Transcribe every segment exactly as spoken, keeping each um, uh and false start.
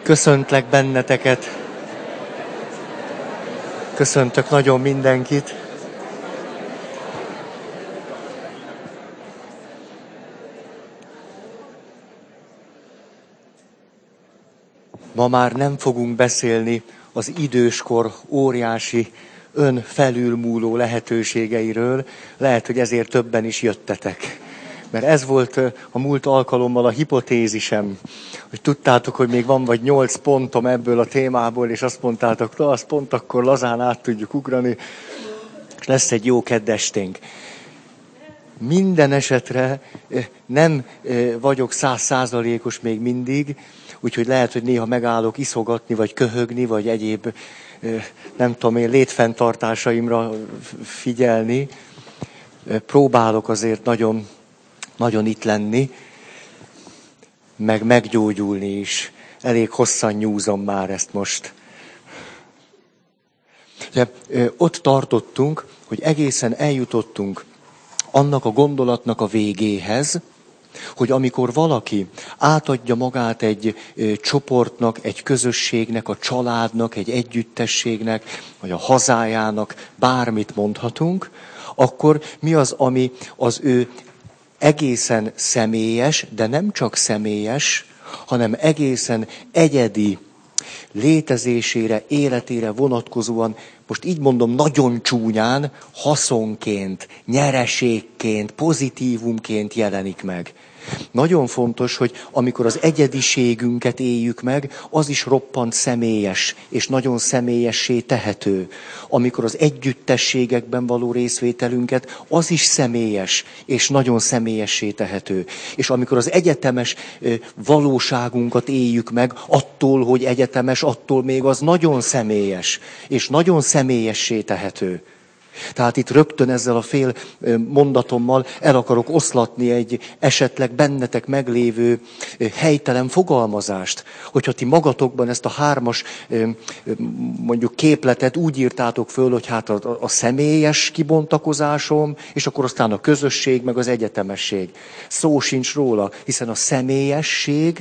Köszöntlek benneteket. Köszöntök nagyon mindenkit. Ma már nem fogunk beszélni az időskor óriási önfelülmúló lehetőségeiről. Lehet, hogy ezért többen is jöttetek. Mert ez volt a múlt alkalommal a hipotézisem, hogy tudtátok, hogy még van vagy nyolc pontom ebből a témából, és azt mondtátok, na, azt pont akkor lazán át tudjuk ugrani, és lesz egy jó keddesténk. Minden esetre nem vagyok száz százalékos még mindig, úgyhogy lehet, hogy néha megállok iszogatni, vagy köhögni, vagy egyéb, nem tudom én, létfenntartásaimra figyelni. Próbálok azért nagyon, nagyon itt lenni, meg meggyógyulni is. Elég hosszan nyúzom már ezt most. De, ott tartottunk, hogy egészen eljutottunk annak a gondolatnak a végéhez, hogy amikor valaki átadja magát egy ö, csoportnak, egy közösségnek, a családnak, egy együttességnek, vagy a hazájának, bármit mondhatunk, akkor mi az, ami az ő egészen személyes, de nem csak személyes, hanem egészen egyedi létezésére, életére vonatkozóan, most így mondom nagyon csúnyán, haszonként, nyereségként, pozitívumként jelenik meg. Nagyon fontos, hogy amikor az egyediségünket éljük meg, az is roppant személyes, és nagyon személyessé tehető. Amikor az együttességekben való részvételünket, az is személyes, és nagyon személyessé tehető. És amikor az egyetemes valóságunkat éljük meg, attól, hogy egyetemes, attól még az nagyon személyes, és nagyon személyessé tehető. Tehát itt rögtön ezzel a fél mondatommal el akarok oszlatni egy esetleg bennetek meglévő helytelen fogalmazást. Hogyha ti magatokban ezt a hármas mondjuk képletet úgy írtátok föl, hogy hát a, a személyes kibontakozásom, és akkor aztán a közösség, meg az egyetemesség. Szó sincs róla, hiszen a személyesség,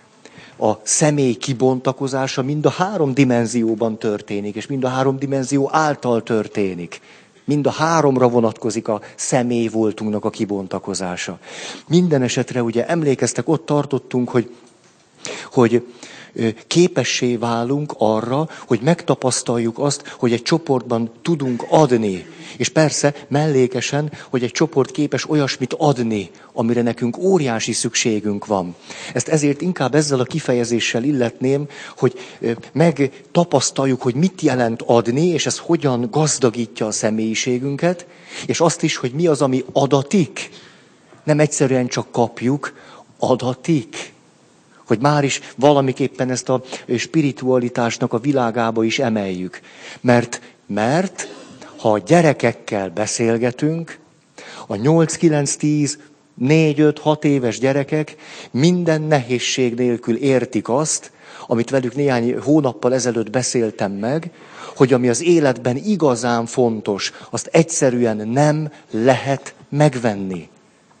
a személy kibontakozása mind a három dimenzióban történik, és mind a három dimenzió által történik. Mind a háromra vonatkozik a személy voltunknak a kibontakozása. Minden esetre ugye emlékeztek, ott tartottunk, hogy, hogy képessé válunk arra, hogy megtapasztaljuk azt, hogy egy csoportban tudunk adni. És persze mellékesen, hogy egy csoport képes olyasmit adni, amire nekünk óriási szükségünk van. Ezt ezért inkább ezzel a kifejezéssel illetném, hogy megtapasztaljuk, hogy mit jelent adni, és ez hogyan gazdagítja a személyiségünket, és azt is, hogy mi az, ami adatik. Nem egyszerűen csak kapjuk, adatik. Hogy már is valamiképpen ezt a spiritualitásnak a világába is emeljük. Mert, mert ha a gyerekekkel beszélgetünk, a nyolc kilenc tíz négy öt hat éves gyerekek minden nehézség nélkül értik azt, amit velük néhány hónappal ezelőtt beszéltem meg, hogy ami az életben igazán fontos, azt egyszerűen nem lehet megvenni.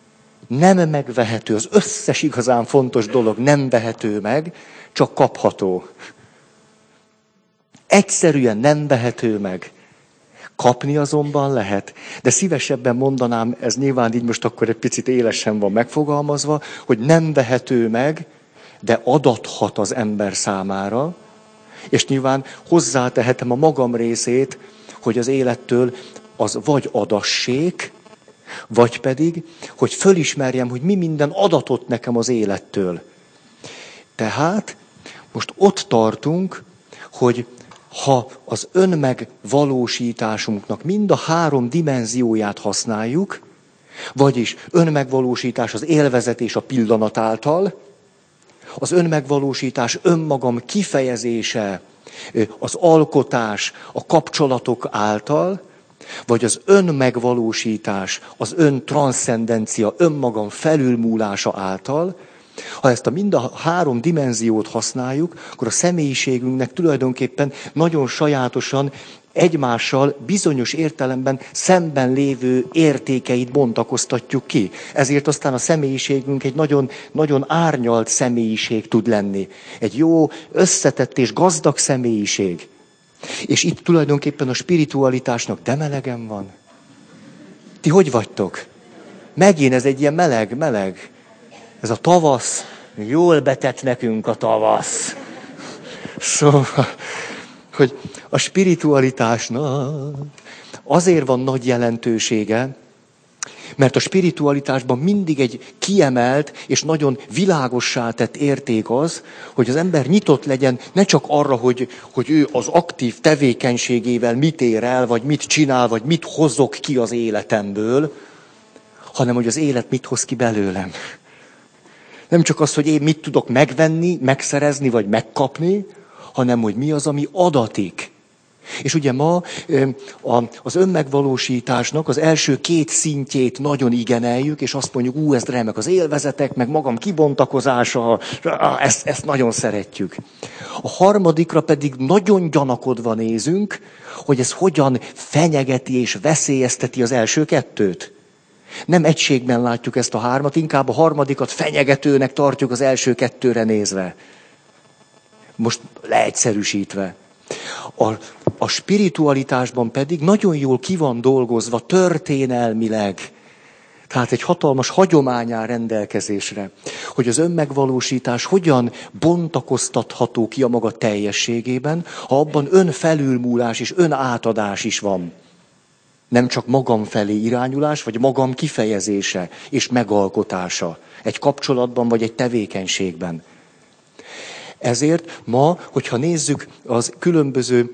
Nem megvehető, az összes igazán fontos dolog nem vehető meg, csak kapható. Egyszerűen nem vehető meg. Kapni azonban lehet. De szívesebben mondanám, ez nyilván így most akkor egy picit élesen van megfogalmazva, hogy nem vehető meg, de adathat az ember számára, és nyilván hozzátehetem a magam részét, hogy az élettől az vagy adassék, vagy pedig, hogy fölismerjem, hogy mi minden adatot nekem az élettől. Tehát most ott tartunk, hogy ha az önmegvalósításunknak mind a három dimenzióját használjuk, vagyis önmegvalósítás az élvezet és a pillanat által, az önmegvalósítás önmagam kifejezése, az alkotás, a kapcsolatok által, vagy az önmegvalósítás, az öntranszcendencia, önmagam felülmúlása által, ha ezt a mind a három dimenziót használjuk, akkor a személyiségünknek tulajdonképpen nagyon sajátosan egymással bizonyos értelemben szemben lévő értékeit bontakoztatjuk ki. Ezért aztán a személyiségünk egy nagyon, nagyon árnyalt személyiség tud lenni. Egy jó, összetett és gazdag személyiség. És itt tulajdonképpen a spiritualitásnak de melegem van. Ti hogy vagytok? Megint ez egy ilyen meleg, meleg. Ez a tavasz, jól betett nekünk a tavasz. Szóval, hogy a spiritualitásnak azért van nagy jelentősége, mert a spiritualitásban mindig egy kiemelt és nagyon világossá tett érték az, hogy az ember nyitott legyen ne csak arra, hogy, hogy ő az aktív tevékenységével mit ér el, vagy mit csinál, vagy mit hozok ki az életemből, hanem hogy az élet mit hoz ki belőlem. Nem csak az, hogy én mit tudok megvenni, megszerezni, vagy megkapni, hanem hogy mi az, ami adatik. És ugye ma az önmegvalósításnak az első két szintjét nagyon igeneljük, és azt mondjuk, ú, ez remek az élvezetek, meg magam kibontakozása, ezt, ezt nagyon szeretjük. A harmadikra pedig nagyon gyanakodva nézünk, hogy ez hogyan fenyegeti és veszélyezteti az első kettőt. Nem egységben látjuk ezt a hármat, inkább a harmadikat fenyegetőnek tartjuk az első kettőre nézve. Most leegyszerűsítve. A, a spiritualitásban pedig nagyon jól ki van dolgozva történelmileg. Tehát egy hatalmas hagyomány áll rendelkezésre, hogy az önmegvalósítás hogyan bontakoztatható ki a maga teljességében, ha abban önfelülmúlás és önátadás is van. Nem csak magam felé irányulás, vagy magam kifejezése és megalkotása egy kapcsolatban vagy egy tevékenységben. Ezért ma, hogyha nézzük az különböző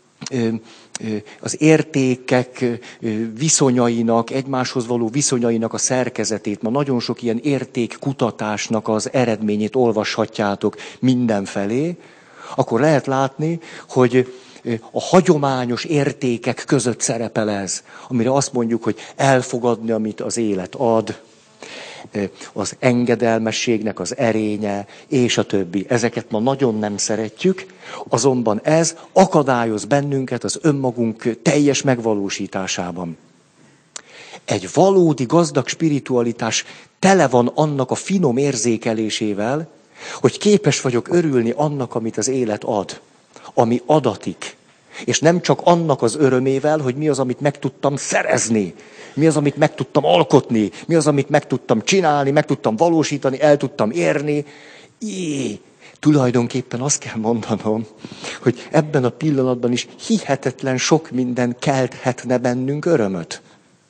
az értékek viszonyainak, egymáshoz való viszonyainak a szerkezetét, ma nagyon sok ilyen értékkutatásnak az eredményét olvashatjátok mindenfelé, akkor lehet látni, hogy a hagyományos értékek között szerepel ez, amire azt mondjuk, hogy elfogadni, amit az élet ad, az engedelmességnek az erénye, és a többi. Ezeket ma nagyon nem szeretjük, azonban ez akadályoz bennünket az önmagunk teljes megvalósításában. Egy valódi gazdag spiritualitás tele van annak a finom érzékelésével, hogy képes vagyok örülni annak, amit az élet ad, ami adatik. És nem csak annak az örömével, hogy mi az, amit meg tudtam szerezni, mi az, amit meg tudtam alkotni, mi az, amit meg tudtam csinálni, meg tudtam valósítani, el tudtam érni. Jé, tulajdonképpen azt kell mondanom, hogy ebben a pillanatban is hihetetlen sok minden kelthetne bennünk örömöt.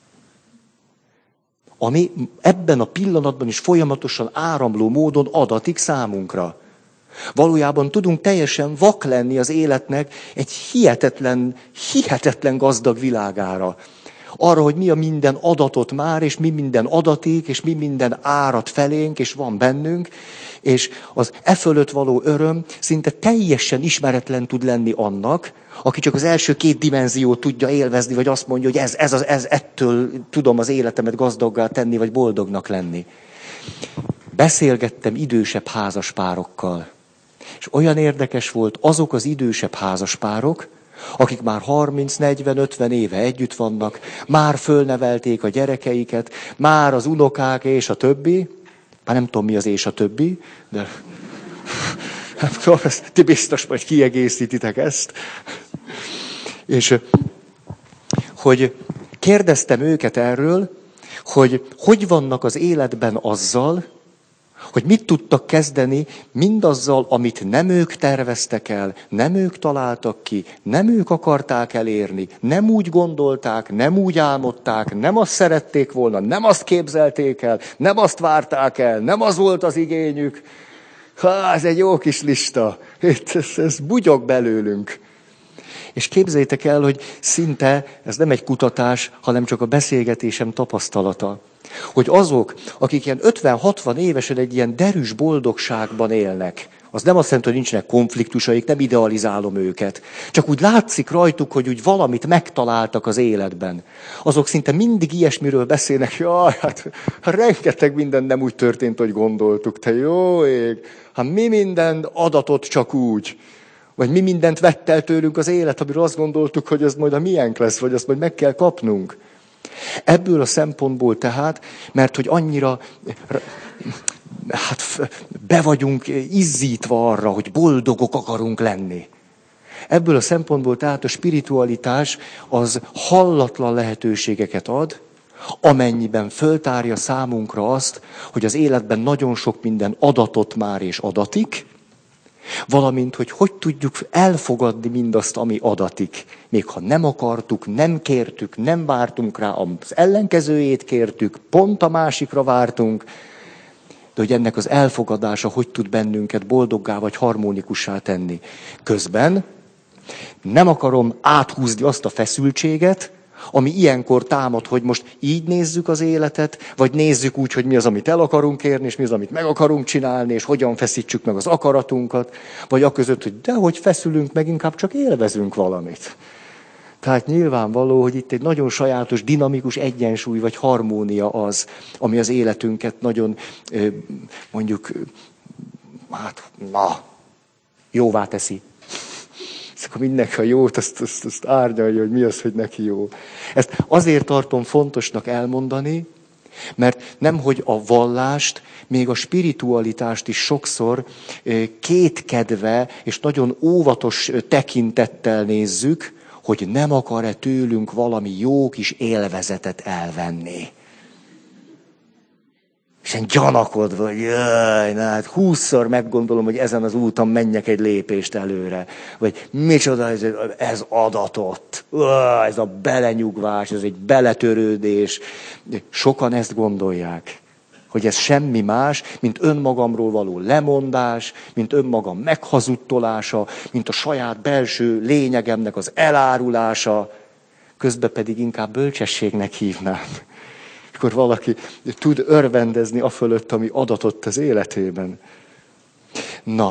Ami ebben a pillanatban is folyamatosan áramló módon adatik számunkra. Valójában tudunk teljesen vak lenni az életnek egy hihetetlen, hihetetlen gazdag világára. Arra, hogy mi a minden adatot már, és mi minden adatik, és mi minden árad felénk, és van bennünk, és az e fölött való öröm szinte teljesen ismeretlen tud lenni annak, aki csak az első két dimenziót tudja élvezni, vagy azt mondja, hogy ez, ez, az, ez ettől tudom az életemet gazdaggá tenni, vagy boldognak lenni. Beszélgettem idősebb házaspárokkal, és olyan érdekes volt, azok az idősebb házaspárok, akik már harminc, negyven, ötven éve együtt vannak, már fölnevelték a gyerekeiket, már az unokák és a többi, már nem tudom mi az és a többi, de nem tudom, ti biztos majd kiegészítitek ezt. És hogy kérdeztem őket erről, hogy hogy vannak az életben azzal, hogy mit tudtak kezdeni mindazzal, amit nem ők terveztek el, nem ők találtak ki, nem ők akarták elérni, nem úgy gondolták, nem úgy álmodták, nem azt szerették volna, nem azt képzelték el, nem azt várták el, nem az volt az igényük. Ha, ez egy jó kis lista. Ez, ez bugyog belőlünk. És képzeljétek el, hogy szinte ez nem egy kutatás, hanem csak a beszélgetésem tapasztalata. Hogy azok, akik ilyen ötven-hatvan évesen egy ilyen derűs boldogságban élnek, az nem azt jelenti, hogy nincsenek konfliktusaik, nem idealizálom őket. Csak úgy látszik rajtuk, hogy úgy valamit megtaláltak az életben. Azok szinte mindig ilyesmiről beszélnek, jaj, hát rengeteg minden nem úgy történt, hogy gondoltuk, te jó ég. Hát mi minden adatot csak úgy. Vagy mi mindent vett el tőlünk az élet, amiről azt gondoltuk, hogy ez majd a miénk lesz, vagy azt majd meg kell kapnunk. Ebből a szempontból tehát, mert hogy annyira hát be vagyunk izzítva arra, hogy boldogok akarunk lenni. Ebből a szempontból tehát a spiritualitás az hallatlan lehetőségeket ad, amennyiben föltárja számunkra azt, hogy az életben nagyon sok minden adatot már és adatik, valamint, hogy hogy tudjuk elfogadni mindazt, ami adatik. Még ha nem akartuk, nem kértük, nem vártunk rá, az ellenkezőjét kértük, pont a másikra vártunk, de hogy ennek az elfogadása hogy tud bennünket boldoggá vagy harmonikussá tenni. Közben nem akarom áthúzni azt a feszültséget, ami ilyenkor támad, hogy most így nézzük az életet, vagy nézzük úgy, hogy mi az, amit el akarunk érni, és mi az, amit meg akarunk csinálni, és hogyan feszítsük meg az akaratunkat, vagy aközött, hogy dehogy feszülünk, meg inkább csak élvezünk valamit. Tehát nyilvánvaló, hogy itt egy nagyon sajátos, dinamikus egyensúly, vagy harmónia az, ami az életünket nagyon, mondjuk, hát, na, jóvá teszi. Akkor mindenki a jót, azt, azt, azt árnyalja, hogy mi az, hogy neki jó. Ezt azért tartom fontosnak elmondani, mert nemhogy a vallást, még a spiritualitást is sokszor kétkedve és nagyon óvatos tekintettel nézzük, hogy nem akar-e tőlünk valami jó kis élvezetet elvenni. És én gyanakodva, hogy jaj, na hát húszszor meggondolom, hogy ezen az úton menjek egy lépést előre. Vagy micsoda, ez, ez adatott. Jaj, ez a belenyugvás, ez egy beletörődés. Sokan ezt gondolják, hogy ez semmi más, mint önmagamról való lemondás, mint önmagam meghazudtolása, mint a saját belső lényegemnek az elárulása. Közben pedig inkább bölcsességnek hívnám. Akkor valaki tud örvendezni afölött, ami adatott az életében. Na,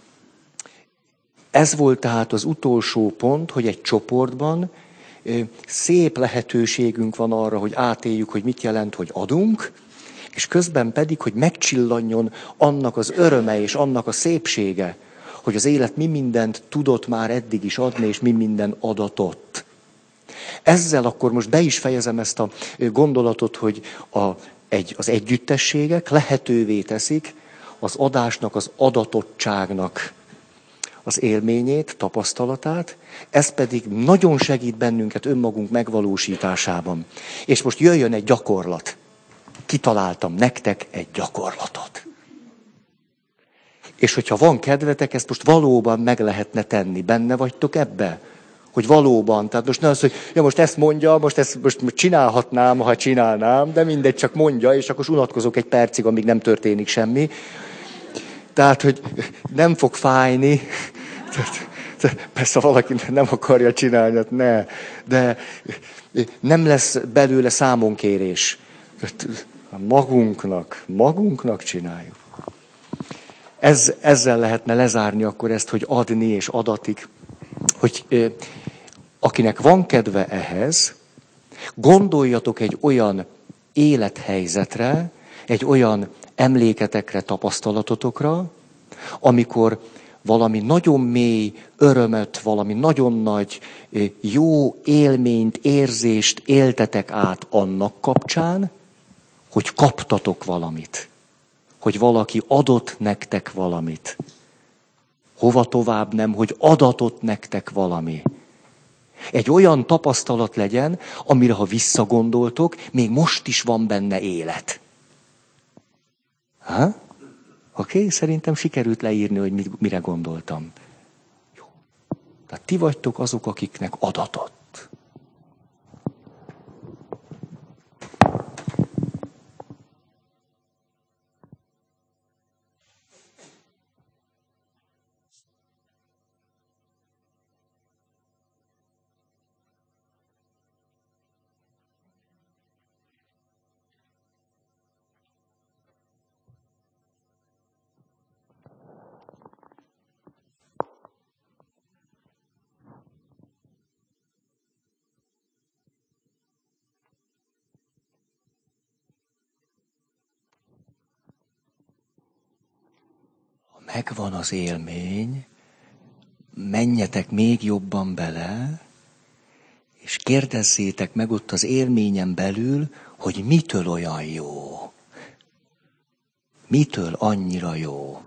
ez volt tehát az utolsó pont, hogy egy csoportban szép lehetőségünk van arra, hogy átéljük, hogy mit jelent, hogy adunk, és közben pedig, hogy megcsillanjon annak az öröme és annak a szépsége, hogy az élet mi mindent tudott már eddig is adni, és mi minden adatott. Ezzel akkor most be is fejezem ezt a gondolatot, hogy a, egy, az együttességek lehetővé teszik az adásnak, az adatottságnak az élményét, tapasztalatát, ez pedig nagyon segít bennünket önmagunk megvalósításában. És most jöjjön egy gyakorlat. Kitaláltam nektek egy gyakorlatot. És hogyha van kedvetek, ezt most valóban meg lehetne tenni. Benne vagytok ebbe? Hogy valóban, tehát most nem az, hogy ja, most ezt mondja, most ezt most csinálhatnám, ha csinálnám, de mindegy, csak mondja, és akkor unatkozok egy percig, amíg nem történik semmi. Tehát, hogy nem fog fájni, persze valaki nem akarja csinálni, ne, de nem lesz belőle számonkérés. Magunknak, magunknak csináljuk. Ez, ezzel lehetne lezárni akkor ezt, hogy adni és adatik. Hogy ö, akinek van kedve ehhez, gondoljatok egy olyan élethelyzetre, egy olyan emléketekre, tapasztalatotokra, amikor valami nagyon mély örömöt, valami nagyon nagy jó élményt, érzést éltetek át annak kapcsán, hogy kaptatok valamit, hogy valaki adott nektek valamit. Hova tovább nem, hogy adatott nektek valami. Egy olyan tapasztalat legyen, amire ha visszagondoltok, még most is van benne élet. Ha? Oké, okay? Szerintem sikerült leírni, hogy mit, mire gondoltam. Jó. Tehát ti vagytok azok, akiknek adatott. Megvan az élmény, menj menjetek még jobban bele, és kérdezzétek meg ott az élményen belül, hogy mitől olyan jó. Mitől annyira jó.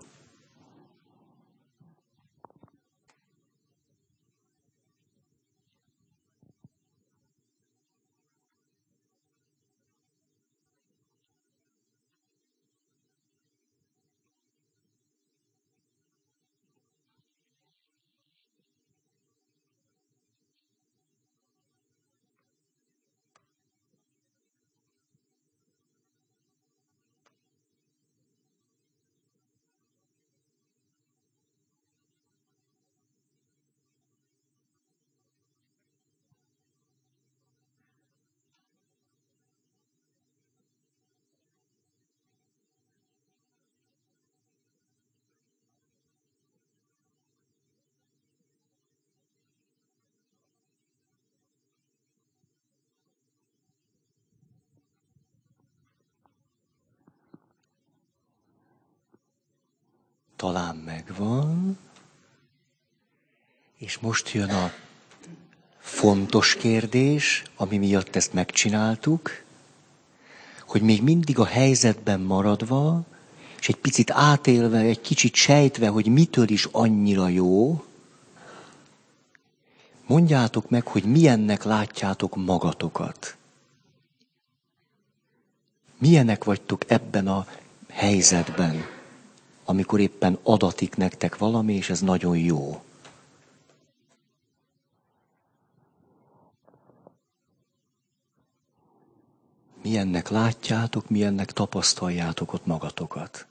Talán megvan. És most jön a fontos kérdés, ami miatt ezt megcsináltuk, hogy még mindig a helyzetben maradva, és egy picit átélve, egy kicsit sejtve, hogy mitől is annyira jó, mondjátok meg, hogy milyennek látjátok magatokat. Milyenek vagytok ebben a helyzetben, amikor éppen adatik nektek valami, és ez nagyon jó. Milyennek látjátok, milyennek tapasztaljátok ott magatokat.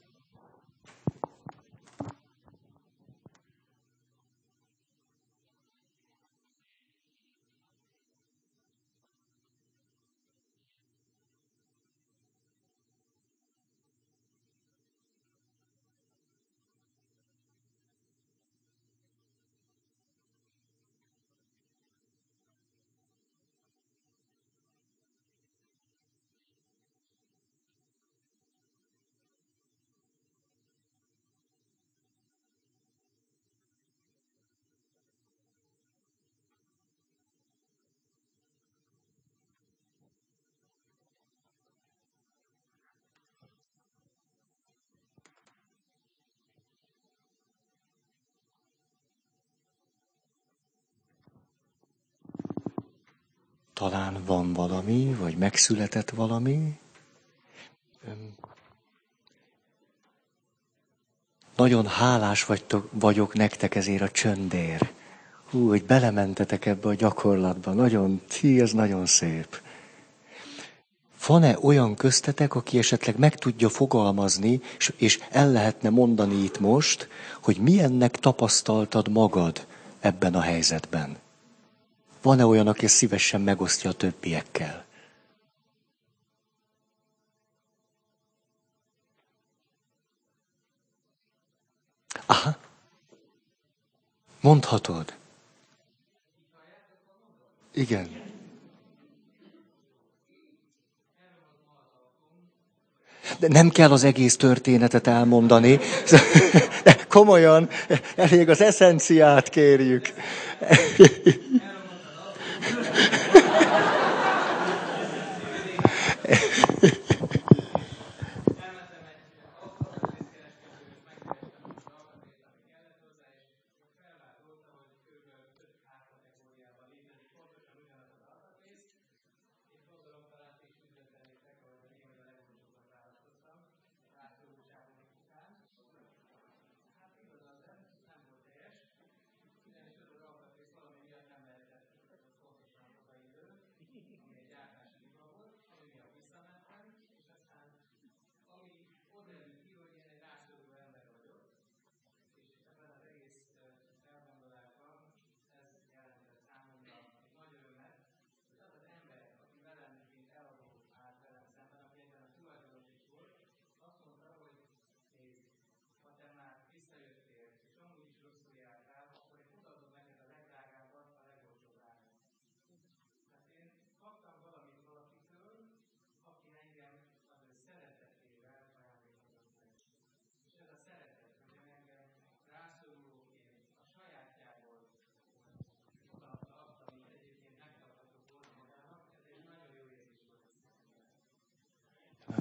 Talán van valami, vagy megszületett valami. Nagyon hálás vagytok, vagyok nektek ezért a csöndért. Hú, hogy belementetek ebbe a gyakorlatba. Nagyon, hí, ez nagyon szép. Van-e olyan köztetek, aki esetleg meg tudja fogalmazni, és, és el lehetne mondani itt most, hogy milyennek tapasztaltad magad ebben a helyzetben? Van-e olyan, aki szívesen megosztja a többiekkel? Aha. Mondhatod. Igen. De nem kell az egész történetet elmondani. De komolyan, elég az eszenciát kérjük.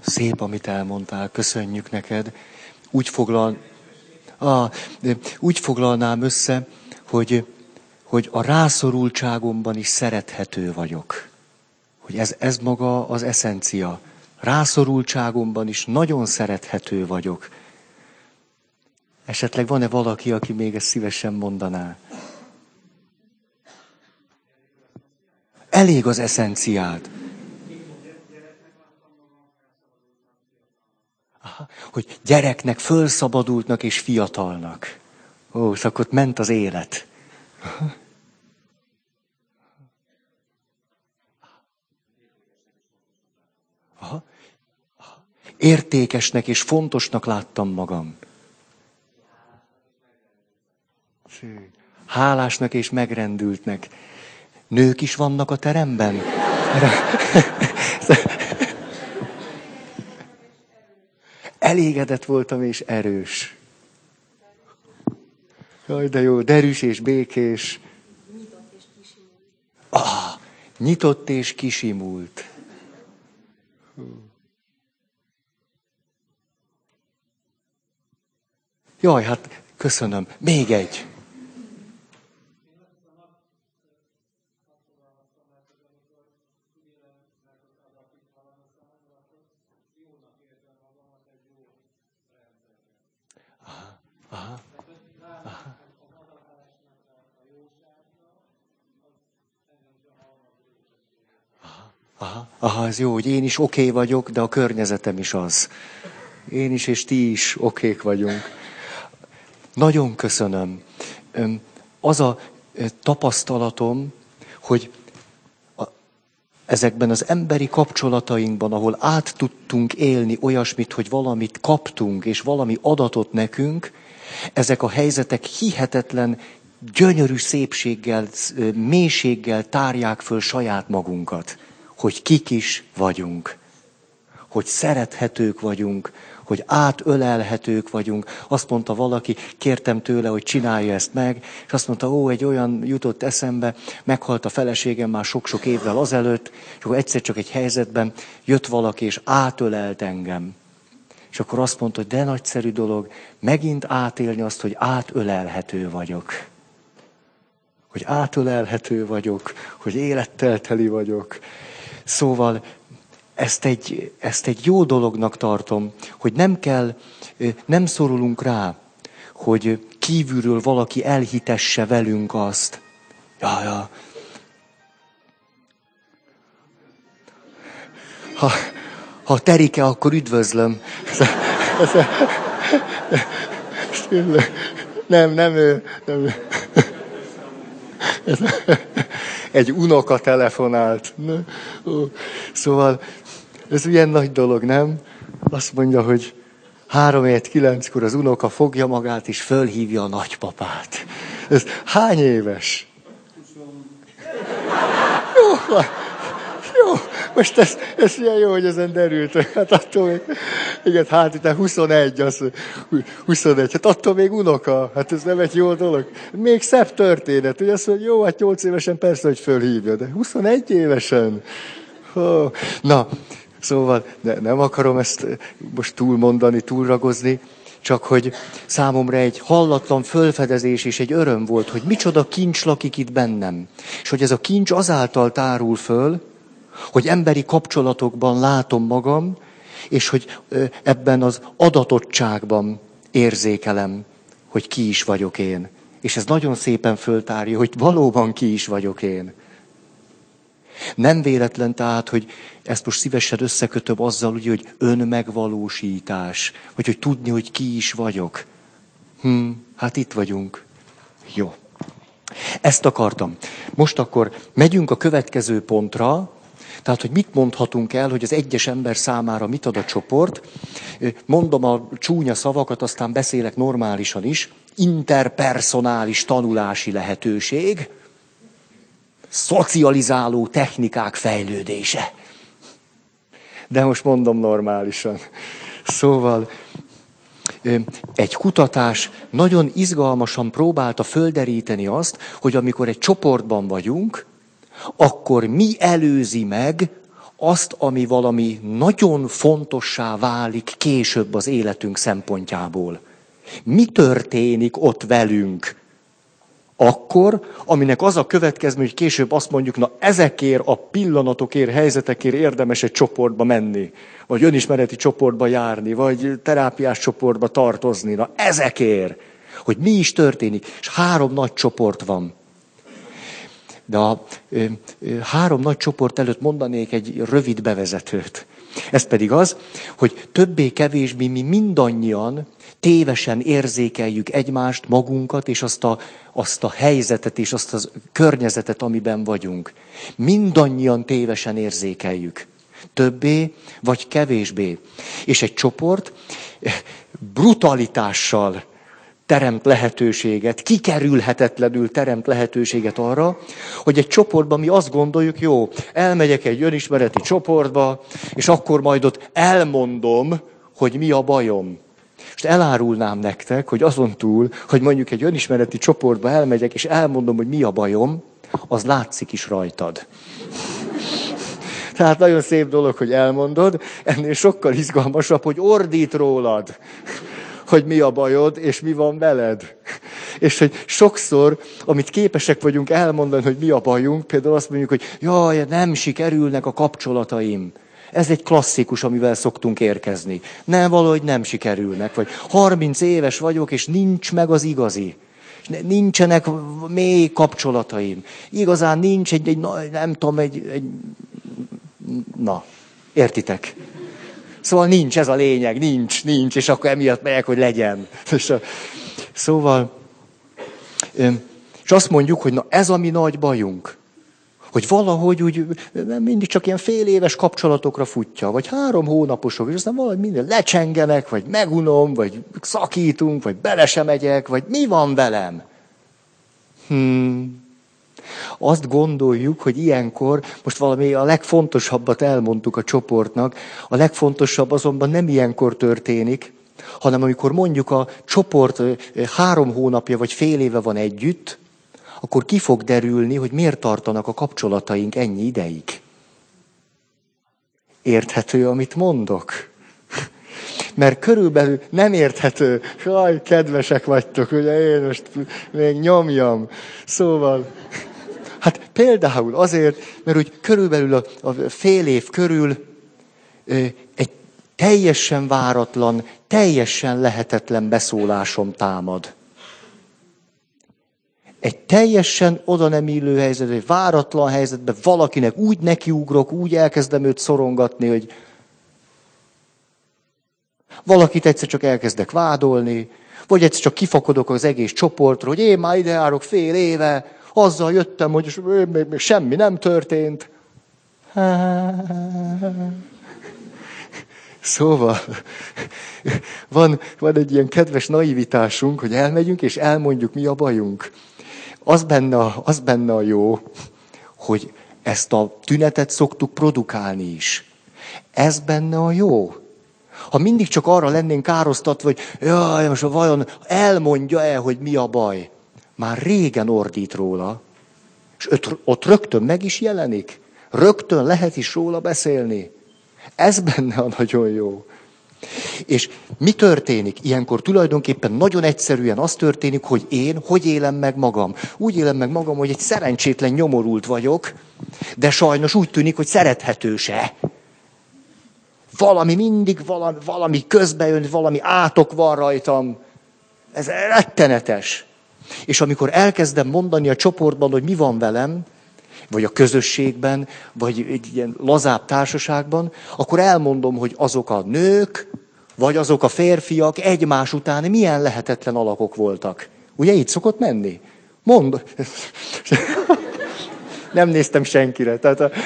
Szép, amit elmondtál, köszönjük neked. Úgy, foglal... ah, úgy foglalnám össze, hogy, hogy a rászorultságomban is szerethető vagyok. Hogy ez, ez maga az eszencia. Rászorultságomban is nagyon szerethető vagyok. Esetleg van-e valaki, aki még ezt szívesen mondaná? Elég az eszenciád. Aha, hogy gyereknek, fölszabadultnak és fiatalnak. Ó, szóval ott ment az élet. Aha. Aha. Értékesnek és fontosnak láttam magam. Hálásnak és megrendültnek. Nők is vannak a teremben? Elégedett voltam és erős. Jaj, de jó, derűs és békés. Nyitott és kisimult. Ah, nyitott és kisimult. Jaj, hát köszönöm. Még egy. Aha, aha, aha. Aha, aha, ez jó, hogy én is oké vagyok, de a környezetem is az. Én is és ti is okék vagyunk. Nagyon köszönöm. Az a tapasztalatom, hogy a, ezekben az emberi kapcsolatainkban, ahol át tudtunk élni olyasmit, hogy valamit kaptunk, és valami adatot nekünk, ezek a helyzetek hihetetlen, gyönyörű szépséggel, mélységgel tárják föl saját magunkat, hogy kik is vagyunk, hogy szerethetők vagyunk, hogy átölelhetők vagyunk. Azt mondta valaki, kértem tőle, hogy csinálja ezt meg, és azt mondta, ó, egy olyan jutott eszembe, meghalt a feleségem már sok-sok évvel azelőtt, és akkor egyszer csak egy helyzetben jött valaki, és átölelt engem. És akkor azt mondta, hogy de nagyszerű dolog, megint átélni azt, hogy átölelhető vagyok. Hogy átölelhető vagyok, hogy élettel teli vagyok. Szóval ezt egy, ezt egy jó dolognak tartom, hogy nem kell, nem szorulunk rá, hogy kívülről valaki elhitesse velünk azt. Ja, ja. Ha, ha Terike, akkor üdvözlöm. Nem, nem ő. Nem ő. Egy unoka telefonált. Szóval ez ilyen nagy dolog, nem? Azt mondja, hogy háromért kilenckor az unoka fogja magát, és fölhívja a nagypapát. Ez hány éves? Jó, jó, most ez, ez ilyen jó, hogy ezen derült. Hát attól még, igen, hát itt huszonegy, az, huszonegy, hát attól még unoka. Hát ez nem egy jó dolog. Még szebb történet, hogy azt mondja, jó, hát nyolc évesen persze, hogy fölhívja, de huszonegy évesen. Oh, na, szóval ne, nem akarom ezt most túlmondani, túlragozni, csak hogy számomra egy hallatlan fölfedezés és egy öröm volt, hogy micsoda kincs lakik itt bennem. És hogy ez a kincs azáltal tárul föl, hogy emberi kapcsolatokban látom magam, és hogy ebben az adatottságban érzékelem, hogy ki is vagyok én. És ez nagyon szépen föltárja, hogy valóban ki is vagyok én. Nem véletlen tehát, hogy ezt most szívesen összekötöm azzal, ugye, hogy önmegvalósítás, vagy hogy tudni, hogy ki is vagyok. Hm, hát itt vagyunk. Jó. Ezt akartam. Most akkor megyünk a következő pontra, tehát, hogy mit mondhatunk el, hogy az egyes ember számára mit ad a csoport. Mondom a csúnya szavakat, aztán beszélek normálisan is. Interpersonális tanulási lehetőség. Szocializáló technikák fejlődése. De most mondom normálisan. Szóval egy kutatás nagyon izgalmasan próbálta földeríteni azt, hogy amikor egy csoportban vagyunk, akkor mi előzi meg azt, ami valami nagyon fontossá válik később az életünk szempontjából. Mi történik ott velünk? Akkor, aminek az a következmény, hogy később azt mondjuk, na ezekért a pillanatokért, helyzetekért érdemes egy csoportba menni, vagy önismereti csoportba járni, vagy terápiás csoportba tartozni, na ezekért, hogy mi is történik. És három nagy csoport van. De a ö, ö, három nagy csoport előtt mondanék egy rövid bevezetőt. Ez pedig az, hogy többé-kevésbé mi mindannyian tévesen érzékeljük egymást, magunkat, és azt a, azt a helyzetet, és azt a környezetet, amiben vagyunk. Mindannyian tévesen érzékeljük. Többé vagy kevésbé. És egy csoport brutalitással teremt lehetőséget, kikerülhetetlenül teremt lehetőséget arra, hogy egy csoportban mi azt gondoljuk, jó, elmegyek egy önismereti csoportba, és akkor majd ott elmondom, hogy mi a bajom. És elárulnám nektek, hogy azon túl, hogy mondjuk egy önismereti csoportba elmegyek, és elmondom, hogy mi a bajom, az látszik is rajtad. Tehát nagyon szép dolog, hogy elmondod, ennél sokkal izgalmasabb, hogy ordít rólad, hogy mi a bajod, és mi van veled. És hogy sokszor, amit képesek vagyunk elmondani, hogy mi a bajunk, például azt mondjuk, hogy jaj, nem sikerülnek a kapcsolataim. Ez egy klasszikus, amivel szoktunk érkezni. Nem, valahogy nem sikerülnek. Vagy harminc éves vagyok, és nincs meg az igazi. Nincsenek mély kapcsolataim. Igazán nincs egy, egy nem tudom, egy, egy... Na, értitek? Szóval nincs, ez a lényeg, nincs, nincs, és akkor emiatt megyek, hogy legyen. Szóval, és azt mondjuk, hogy na ez a mi nagy bajunk. Hogy valahogy úgy mindig csak ilyen fél éves kapcsolatokra futja, vagy három hónaposok, és aztán valahogy minden lecsengenek, vagy megunom, vagy szakítunk, vagy bele se megyek, vagy mi van velem? Hmm. Azt gondoljuk, hogy ilyenkor, most valami a legfontosabbat elmondtuk a csoportnak, a legfontosabb azonban nem ilyenkor történik, hanem amikor mondjuk a csoport három hónapja vagy fél éve van együtt, akkor ki fog derülni, hogy miért tartanak a kapcsolataink ennyi ideig. Érthető, amit mondok? Mert körülbelül nem érthető. Jaj, kedvesek vagytok, ugye én most még nyomjam. Szóval, hát például azért, mert úgy körülbelül a, a fél év körül egy teljesen váratlan, teljesen lehetetlen beszólásom támad. Egy teljesen oda nem illő helyzetben, egy váratlan helyzetben valakinek úgy nekiugrok, úgy elkezdem őt szorongatni, hogy valakit egyszer csak elkezdek vádolni, vagy egyszer csak kifakodok az egész csoportról, hogy én már ide járok fél éve, azzal jöttem, hogy még, még semmi nem történt. Szóval van, van egy ilyen kedves naivitásunk, hogy elmegyünk és elmondjuk, mi a bajunk. Az benne a, az benne a jó, hogy ezt a tünetet szoktuk produkálni is. Ez benne a jó. Ha mindig csak arra lennénk károsztatva, hogy jaj, most vajon elmondja-e, hogy mi a baj. Már régen ordít róla, és ott, ott rögtön meg is jelenik. Rögtön lehet is róla beszélni. Ez benne a nagyon jó. És mi történik? Ilyenkor tulajdonképpen nagyon egyszerűen az történik, hogy én hogy élem meg magam. Úgy élem meg magam, hogy egy szerencsétlen nyomorult vagyok, de sajnos úgy tűnik, hogy szerethető se. Valami mindig, valami, valami közbejön, valami átok van rajtam. Ez rettenetes. És amikor elkezdem mondani a csoportban, hogy mi van velem, vagy a közösségben, vagy egy ilyen lazább társaságban, akkor elmondom, hogy azok a nők, vagy azok a férfiak egymás után milyen lehetetlen alakok voltak. Ugye így szokott menni? Mondd. Nem néztem senkire. Tehát a...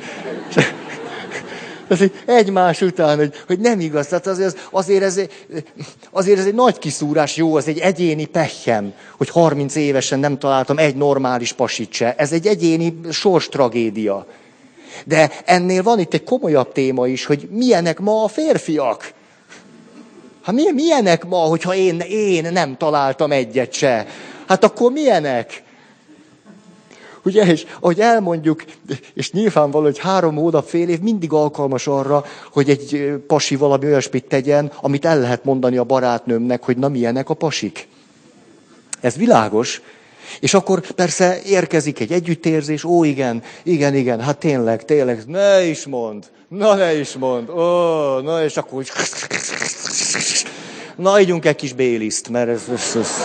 egymás után, hogy, hogy nem igaz. Tehát azért, azért, ez, azért ez egy nagy kiszúrás, jó, az egy egyéni pehjem, hogy harminc évesen nem találtam egy normális pasit se. Ez egy egyéni sorstragédia. De ennél van itt egy komolyabb téma is, hogy milyenek ma a férfiak. Hát milyenek ma, hogyha én, én nem találtam egyet se? Hát akkor milyenek? Ugye, és ahogy elmondjuk, és nyilvánvaló, hogy három hónap, fél év mindig alkalmas arra, hogy egy pasi valami olyasmit tegyen, amit el lehet mondani a barátnőmnek, hogy na milyenek a pasik. Ez világos. És akkor persze érkezik egy együttérzés, ó igen, igen, igen, hát tényleg, tényleg, ne is mondd, na ne is mondd, ó, na és akkor na ígyunk egy kis béliszt, mert ez... ez, ez.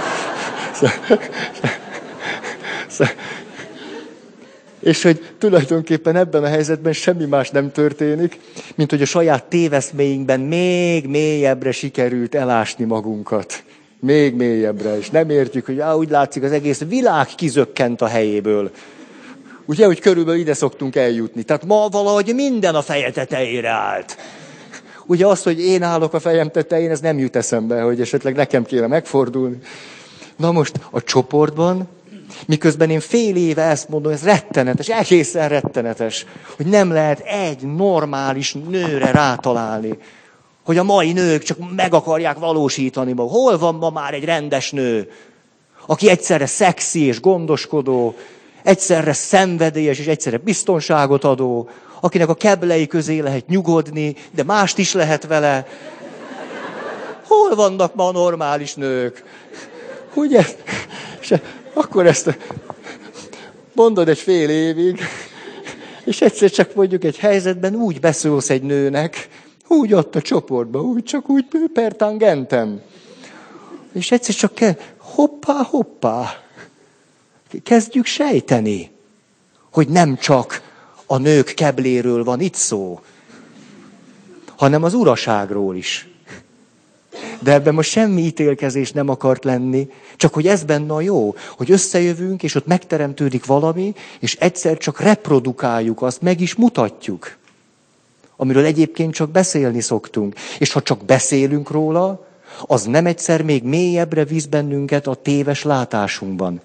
És hogy tulajdonképpen ebben a helyzetben semmi más nem történik, mint hogy a saját téveszméinkben még mélyebbre sikerült elásni magunkat. Még mélyebbre, és nem értjük, hogy á, úgy látszik, az egész világ kizökkent a helyéből. Ugye, hogy körülbelül ide szoktunk eljutni. Tehát ma valahogy minden a feje tetejére állt. Ugye azt, hogy én állok a fejem tetején, ez nem jut eszembe, hogy esetleg nekem kéne megfordulni. Na most a csoportban, miközben én fél éve ezt mondom, ez rettenetes, egészen rettenetes, hogy nem lehet egy normális nőre rátalálni. Hogy a mai nők csak meg akarják valósítani maguk. Hol van ma már egy rendes nő, aki egyszerre szexi és gondoskodó, egyszerre szenvedélyes és egyszerre biztonságot adó, akinek a keblei közé lehet nyugodni, de mást is lehet vele. Hol vannak ma a normális nők? Ugye? És akkor ezt mondod egy fél évig, és egyszer csak mondjuk egy helyzetben úgy beszólsz egy nőnek, úgy ott a csoportban, úgy csak úgy per tangentem. És egyszer csak kell, hoppá, hoppá, kezdjük sejteni, hogy nem csak a nők kebléről van itt szó, hanem az uraságról is. De ebben most semmi ítélkezés nem akart lenni, csak hogy ez benne a jó, hogy összejövünk, és ott megteremtődik valami, és egyszer csak reprodukáljuk azt, meg is mutatjuk. Amiről egyébként csak beszélni szoktunk. És ha csak beszélünk róla, az nem egyszer még mélyebbre visz bennünket a téves látásunkban.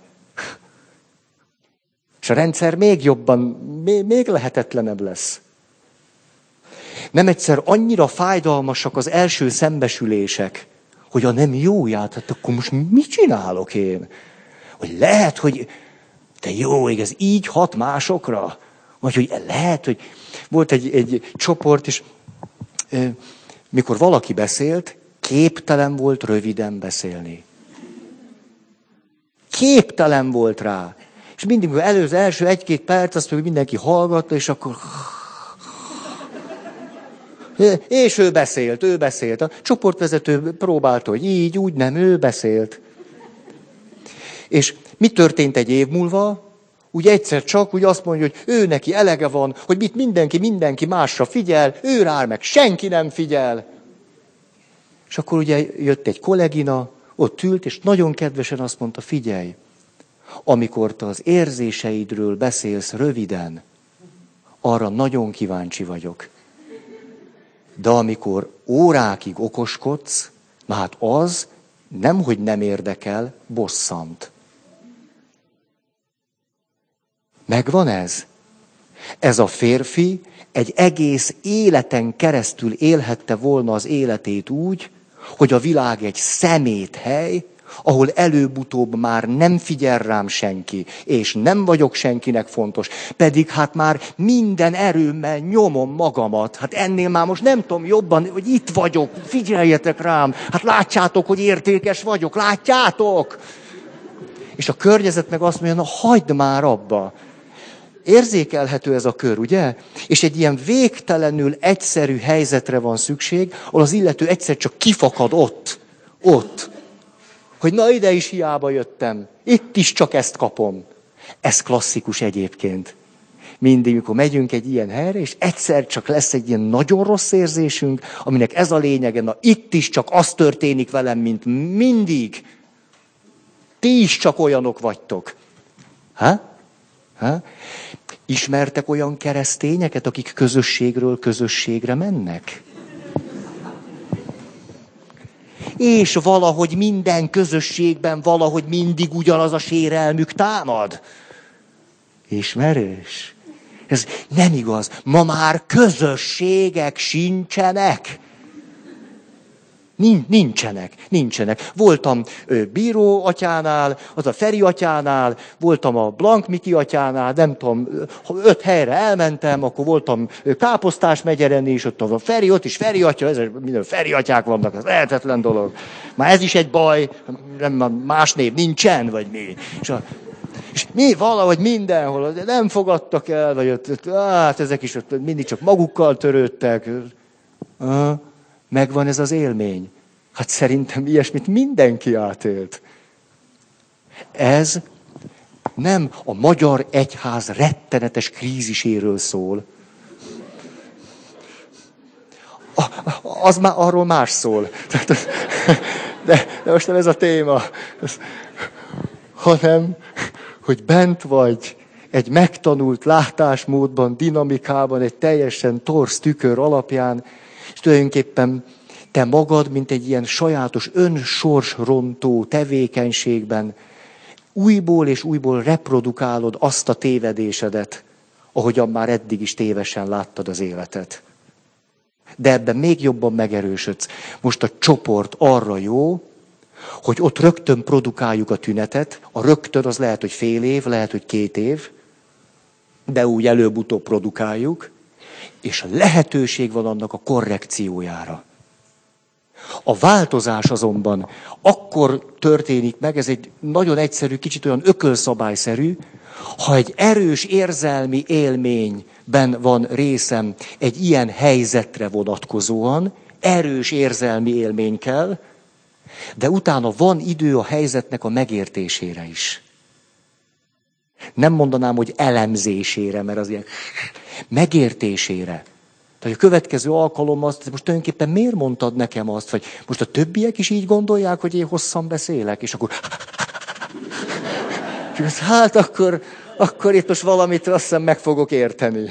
És a rendszer még jobban, még, még lehetetlenebb lesz. Nem egyszer annyira fájdalmasak az első szembesülések, hogy a nem jóját, hát akkor most mit csinálok én? Hogy lehet, hogy te jó ég, ez így hat másokra? Vagy hogy lehet, hogy volt egy, egy csoport, és e, mikor valaki beszélt, képtelen volt röviden beszélni. Képtelen volt rá. És mindig, mikor előző első egy-két perc, azt még mindenki hallgatta, és akkor... És ő beszélt, ő beszélt. A csoportvezető próbálta, hogy így, úgy, nem, ő beszélt. És mi történt egy év múlva? Úgy egyszer csak úgy azt mondja, hogy ő neki elege van, hogy mit mindenki, mindenki másra figyel, ő rá meg senki nem figyel. És akkor ugye jött egy kollégina, ott ült, és nagyon kedvesen azt mondta, figyelj, amikor te az érzéseidről beszélsz röviden, arra nagyon kíváncsi vagyok. De amikor órákig okoskodsz, na hát az nemhogy nem érdekel, bosszant. Megvan ez? Ez a férfi egy egész életen keresztül élhette volna az életét úgy, hogy a világ egy szeméthely, ahol előbb-utóbb már nem figyel rám senki, és nem vagyok senkinek fontos, pedig hát már minden erőmmel nyomom magamat. Hát ennél már most nem tudom jobban, hogy itt vagyok, figyeljetek rám, hát látjátok, hogy értékes vagyok, látjátok? És a környezet meg azt mondja, na hagyd már abba. Érzékelhető ez a kör, ugye? És egy ilyen végtelenül egyszerű helyzetre van szükség, ahol az illető egyszer csak kifakad ott, ott. Hogy na ide is hiába jöttem, itt is csak ezt kapom. Ez klasszikus egyébként. Mindig, mikor megyünk egy ilyen helyre, és egyszer csak lesz egy ilyen nagyon rossz érzésünk, aminek ez a lényege, na itt is csak az történik velem, mint mindig. Ti is csak olyanok vagytok. Ha? Ha? Ismertek olyan keresztényeket, akik közösségről közösségre mennek? És valahogy minden közösségben valahogy mindig ugyanaz a sérelmük támad. Ismerős? Ez nem igaz. Ma már közösségek sincsenek. Nincsenek, nincsenek. Voltam Bíró atyánál, az a Feri atyánál, voltam a Blank Miki atyánál, nem tudom, öt helyre elmentem, akkor voltam Káposztás megyeren is, ott a Feri, ott is Feri atya, ez minden Feri atyák vannak, ez lehetetlen dolog. Már ez is egy baj, nem, más név nincsen, vagy mi. És, a, és mi valahogy mindenhol, nem fogadtak el, vagy ott, hát ezek is ott mindig csak magukkal törődtek. Megvan ez az élmény. Hát szerintem ilyesmit mindenki átélt. Ez nem a magyar egyház rettenetes kríziséről szól. A, az már arról más szól. De, de most nem ez a téma. Hanem, hogy bent vagy egy megtanult látásmódban, dinamikában, egy teljesen torz tükör alapján, és tulajdonképpen te magad, mint egy ilyen sajátos önsorsrontó tevékenységben újból és újból reprodukálod azt a tévedésedet, ahogyan már eddig is tévesen láttad az életet. De ebben még jobban megerősödsz. Most a csoport arra jó, hogy ott rögtön produkáljuk a tünetet. A rögtön az lehet, hogy fél év, lehet, hogy két év, de úgy előbb-utóbb produkáljuk, és lehetőség van annak a korrekciójára. A változás azonban akkor történik meg, ez egy nagyon egyszerű, kicsit olyan ökölszabályszerű, ha egy erős érzelmi élményben van részem egy ilyen helyzetre vonatkozóan, erős érzelmi élmény kell, de utána van idő a helyzetnek a megértésére is. Nem mondanám, hogy elemzésére, mert az ilyen megértésére. Tehát a következő alkalom azt, most tulajdonképpen miért mondtad nekem azt, vagy most a többiek is így gondolják, hogy én hosszan beszélek, és akkor hát akkor, akkor itt most valamit azt hiszem meg fogok érteni.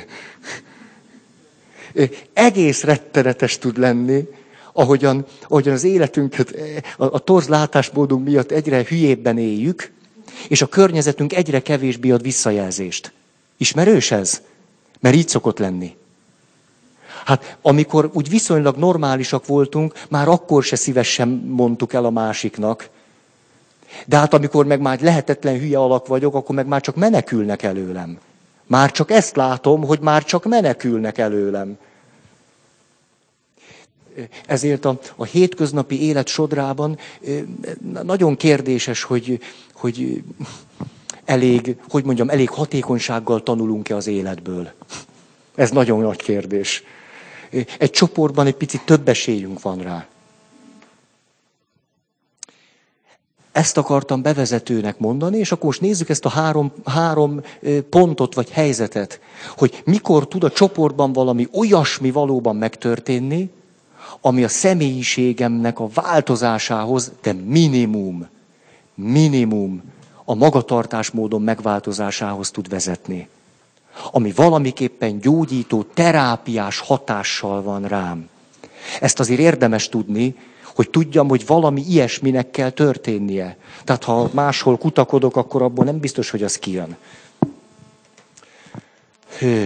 Egész rettenetes tud lenni, ahogyan, ahogyan az életünket a, a torz látásmódunk miatt egyre hülyébben éljük, és a környezetünk egyre kevésbé ad visszajelzést. Ismerős ez? Mert így szokott lenni. Hát amikor úgy viszonylag normálisak voltunk, már akkor se szívesen mondtuk el a másiknak. De hát amikor meg már lehetetlen hülye alak vagyok, akkor meg már csak menekülnek előlem. Már csak ezt látom, hogy már csak menekülnek előlem. Ezért a, a hétköznapi élet sodrában nagyon kérdéses, hogy, hogy elég, hogy mondjam, elég hatékonysággal tanulunk-e az életből. Ez nagyon nagy kérdés. Egy csoportban egy picit több esélyünk van rá. Ezt akartam bevezetőnek mondani, és akkor most nézzük ezt a három, három pontot vagy helyzetet, hogy mikor tud a csoportban valami olyasmi valóban megtörténni, ami a személyiségemnek a változásához, de minimum, minimum a magatartásmódon megváltozásához tud vezetni. Ami valamiképpen gyógyító, terápiás hatással van rám. Ezt azért érdemes tudni, hogy tudjam, hogy valami ilyesminek kell történnie. Tehát ha máshol kutakodok, akkor abból nem biztos, hogy az kijön. Hű.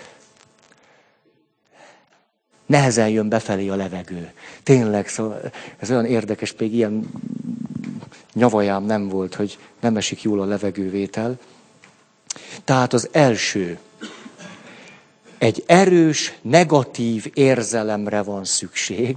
Nehezen jön befelé a levegő. Tényleg, szóval ez olyan érdekes, még ilyen nyavajám nem volt, hogy nem esik jól a levegővétel. Tehát az első, egy erős, negatív érzelemre van szükség.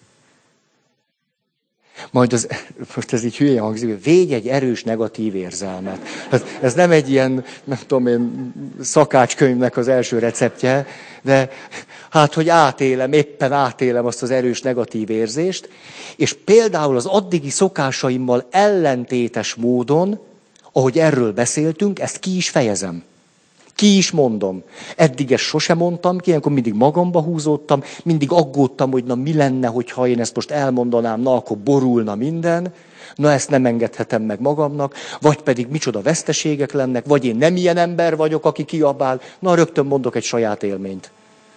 Majd az, most ez így hülyén hangzik, hogy védj egy erős, negatív érzelmet. Ez, ez nem egy ilyen, nem tudom én, szakácskönyvnek az első receptje, de hát, hogy átélem, éppen átélem azt az erős, negatív érzést, és például az addigi szokásaimmal ellentétes módon, ahogy erről beszéltünk, ezt ki is fejezem. Ki is mondom. Eddig ezt sosem mondtam ki, ilyenkor mindig magamba húzódtam, mindig aggódtam, hogy na mi lenne, hogyha én ezt most elmondanám, na akkor borulna minden, na ezt nem engedhetem meg magamnak, vagy pedig micsoda veszteségek lennek, vagy én nem ilyen ember vagyok, aki kiabál, na rögtön mondok egy saját élményt.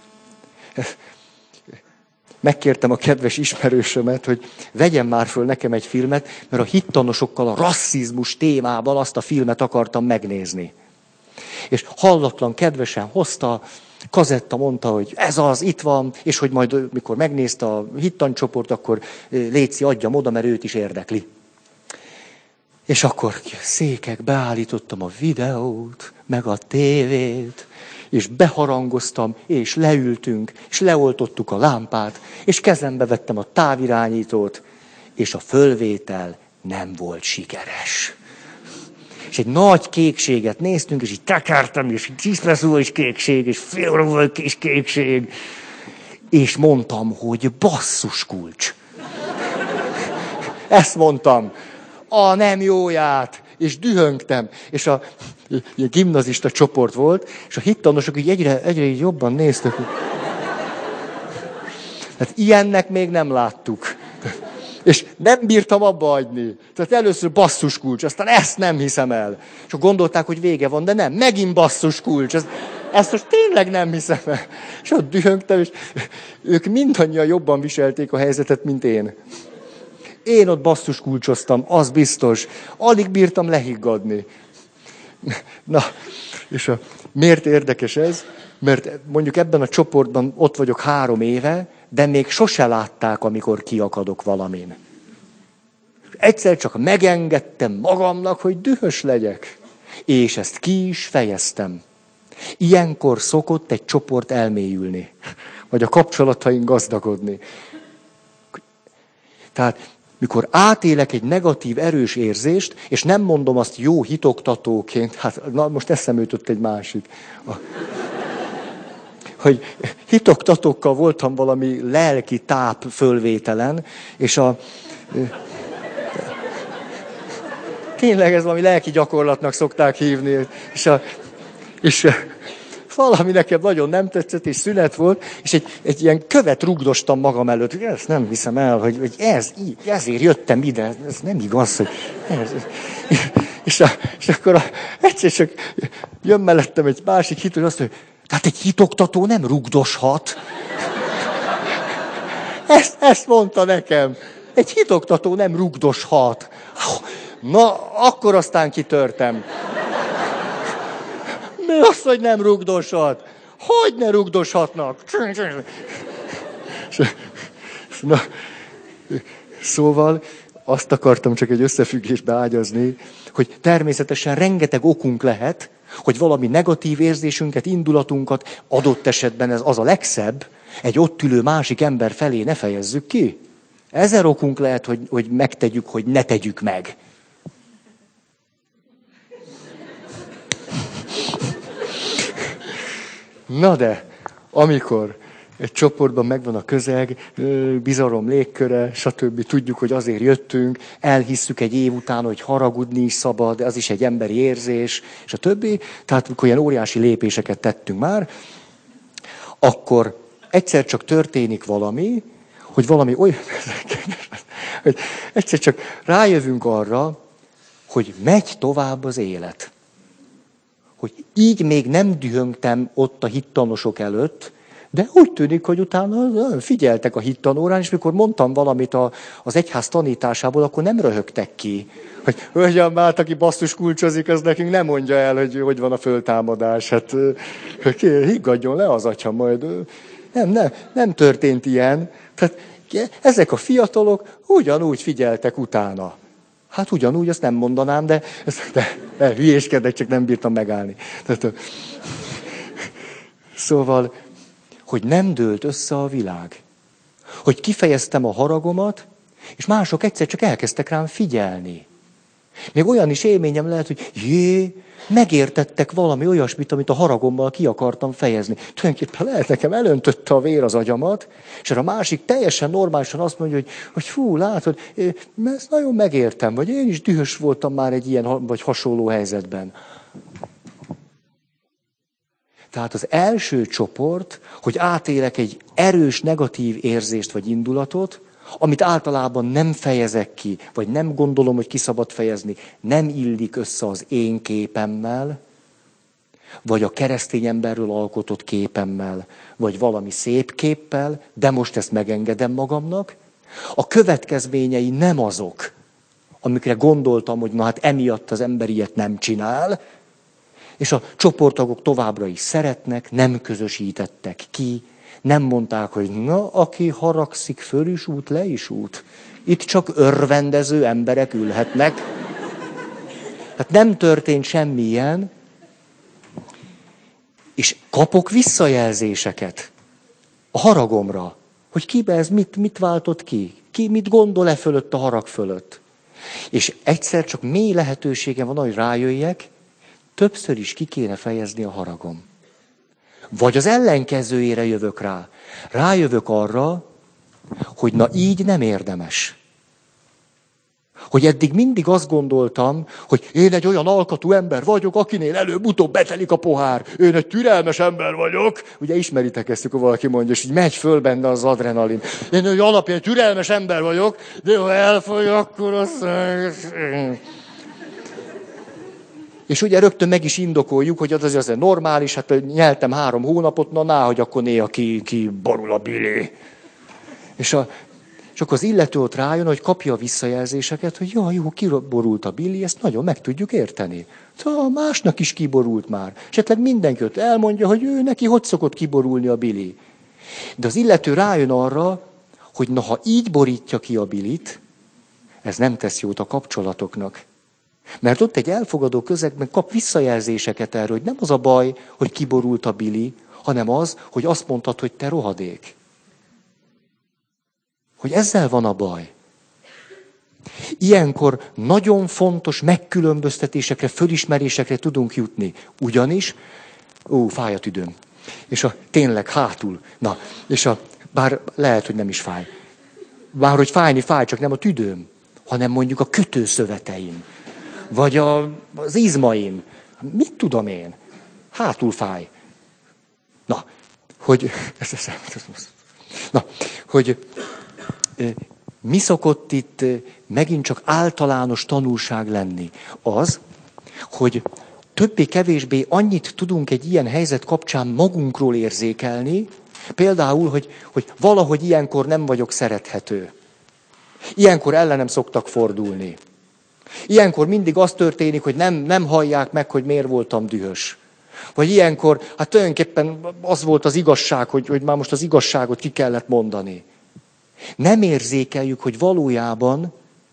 Megkértem a kedves ismerősömet, hogy vegyen már föl nekem egy filmet, mert a hittanosokkal a rasszizmus témában azt a filmet akartam megnézni. És hallatlan kedvesen hozta, Kazetta mondta, hogy ez az, itt van, és hogy majd, mikor megnézte a hittancsoport, akkor léci, adjam oda, mert őt is érdekli. És akkor székek, beállítottam a videót, meg a tévét, és beharangoztam, és leültünk, és leoltottuk a lámpát, és kezembe vettem a távirányítót, és a fölvétel nem volt sikeres. És egy nagy kékséget néztünk, és így tekertem, és tíz perc múlva is kékség, és fél óra volt is kékség. És mondtam, hogy basszus kulcs. Ezt mondtam. A nem jóját. És dühöngtem. És a, a gimnazista csoport volt, és a hittanosok így egyre, egyre így jobban néztek. Hát ilyennek még nem láttuk. És nem bírtam abba hagyni. Tehát először basszus kulcs, aztán ezt nem hiszem el. És akkor gondolták, hogy vége van, de nem, megint basszus kulcs. Ezt, ezt most tényleg nem hiszem el. És ott dühöngtem, és ők mindannyian jobban viselték a helyzetet, mint én. Én ott basszus kulcsoztam, az biztos. Alig bírtam lehiggadni. Na, és a, miért érdekes ez? Mert mondjuk ebben a csoportban ott vagyok három éve, de még sose látták, amikor kiakadok valamin. Egyszer csak megengedtem magamnak, hogy dühös legyek. És ezt ki is fejeztem. Ilyenkor szokott egy csoport elmélyülni. Vagy a kapcsolataink gazdagodni. Tehát mikor átélek egy negatív, erős érzést, és nem mondom azt jó hitoktatóként, hát na, most eszembe jutott egy másik. A, hogy hitoktatókkal voltam valami lelki táp fölvételen, és a... Tényleg ez valami lelki gyakorlatnak szokták hívni, és, a, és valami nekem nagyon nem tetszett, és szünet volt, és egy, egy ilyen követ rugdostam magam előtt, hogy ezt nem hiszem el, hogy, hogy ez, ezért jöttem ide, ez nem igaz, hogy ez, és, a, és akkor a, egyszer csak jön mellettem egy másik hit, hogy azt mondja, tehát egy hitoktató nem rugdoshat. Ezt, ezt mondta nekem. Egy hitoktató nem rugdoshat. Na, akkor aztán kitörtem. Mi az, hogy nem rugdoshat? Hogy ne rugdoshatnak? Na, szóval azt akartam csak egy összefüggésbe ágyazni, hogy természetesen rengeteg okunk lehet, hogy valami negatív érzésünket, indulatunkat, adott esetben ez az a legszebb, egy ott ülő másik ember felé ne fejezzük ki. Ezer okunk lehet, hogy, hogy megtegyük, hogy ne tegyük meg. Na de, amikor egy csoportban megvan a közeg, bizalom légköre, stb. Tudjuk, hogy azért jöttünk, elhisszük egy év után, hogy haragudni is szabad, az is egy emberi érzés, és a többi. Tehát, amikor ilyen óriási lépéseket tettünk már, akkor egyszer csak történik valami, hogy valami olyan, hogy egyszer csak rájövünk arra, hogy megy tovább az élet. Hogy így még nem dühöngtem ott a hittanosok előtt, de úgy tűnik, hogy utána figyeltek a hittanórán, és mikor mondtam valamit a, az egyház tanításából, akkor nem röhögtek ki. Hogy hölgyem, hát aki basszus kulcsozik, az nekünk nem mondja el, hogy hogy van a föltámadás. Hát higgadjon le az atya majd. Nem, nem, nem történt ilyen. Tehát ezek a fiatalok ugyanúgy figyeltek utána. Hát ugyanúgy, azt nem mondanám, de, de, de hülyéskedek, csak nem bírtam megállni. Tehát, szóval, hogy nem dőlt össze a világ. Hogy kifejeztem a haragomat, és mások egyszer csak elkezdtek rám figyelni. Még olyan is élményem lehet, hogy jé, megértettek valami olyasmit, amit a haragommal ki akartam fejezni. Tulajdonképpen lehet nekem elöntötte a vér az agyamat, és a másik teljesen normálisan azt mondja, hogy, hogy fú, látod, ezt nagyon megértem, vagy én is dühös voltam már egy ilyen vagy hasonló helyzetben. Tehát az első csoport, hogy átélek egy erős negatív érzést vagy indulatot, amit általában nem fejezek ki, vagy nem gondolom, hogy ki szabad fejezni, nem illik össze az én képemmel, vagy a keresztény emberről alkotott képemmel, vagy valami szép képpel, de most ezt megengedem magamnak. A következményei nem azok, amikre gondoltam, hogy na hát emiatt az ember ilyet nem csinál, És a csoporttagok továbbra is szeretnek, nem közösítettek ki, nem mondták, hogy na, aki haragszik, föl is út, le is út. Itt csak örvendező emberek ülhetnek. Hát nem történt semmilyen, és kapok visszajelzéseket a haragomra, hogy kibe ez mit, mit váltott ki, ki mit gondol-e fölött a harag fölött. És egyszer csak mély lehetőségem van, hogy rájöjjek, többször is ki kéne fejezni a haragom. Vagy az ellenkezőjére jövök rá. Rájövök arra, hogy na így nem érdemes. Hogy eddig mindig azt gondoltam, hogy én egy olyan alkatú ember vagyok, akinél előbb-utóbb betelik a pohár. Én egy türelmes ember vagyok. Ugye ismeritek ezt, amikor valaki mondja, és így megy föl benne az adrenalin. Én egy alapján türelmes ember vagyok, de ha elfogy, akkor azt... És ugye rögtön meg is indokoljuk, hogy az azért normális, hát nyeltem három hónapot, na ná, hogy akkor néha ki, ki borul a bilé. És, a, és akkor az illető ott rájön, hogy kapja a visszajelzéseket, hogy jaj, jó, kiborult a billi, ezt nagyon meg tudjuk érteni. Szóval másnak is kiborult már. Esetleg mindenki ott elmondja, hogy ő neki hogy szokott kiborulni a billi. De az illető rájön arra, hogy na, ha így borítja ki a bilit, ez nem tesz jót a kapcsolatoknak. Mert ott egy elfogadó közegben kap visszajelzéseket erről, hogy nem az a baj, hogy kiborult a bili, hanem az, hogy azt mondtad, hogy te rohadék. Hogy ezzel van a baj. Ilyenkor nagyon fontos megkülönböztetésekre, fölismerésekre tudunk jutni. Ugyanis, ó, fáj a tüdőm. És a, tényleg hátul. Na, és a, bár lehet, hogy nem is fáj. Bár, hogy fájni fáj, csak nem a tüdőm, hanem mondjuk a kötőszöveteim. Vagy a, az izmaim. Mit tudom én? Hátul fáj. Na, hogy... Na, hogy... Mi szokott itt megint csak általános tanulság lenni? Az, hogy többé-kevésbé annyit tudunk egy ilyen helyzet kapcsán magunkról érzékelni, például, hogy, hogy valahogy ilyenkor nem vagyok szerethető. Ilyenkor ellenem szoktak fordulni. Ilyenkor mindig az történik, hogy nem, nem hallják meg, hogy miért voltam dühös. Vagy ilyenkor, hát tulajdonképpen az volt az igazság, hogy, hogy már most az igazságot ki kellett mondani. Nem érzékeljük, hogy valójában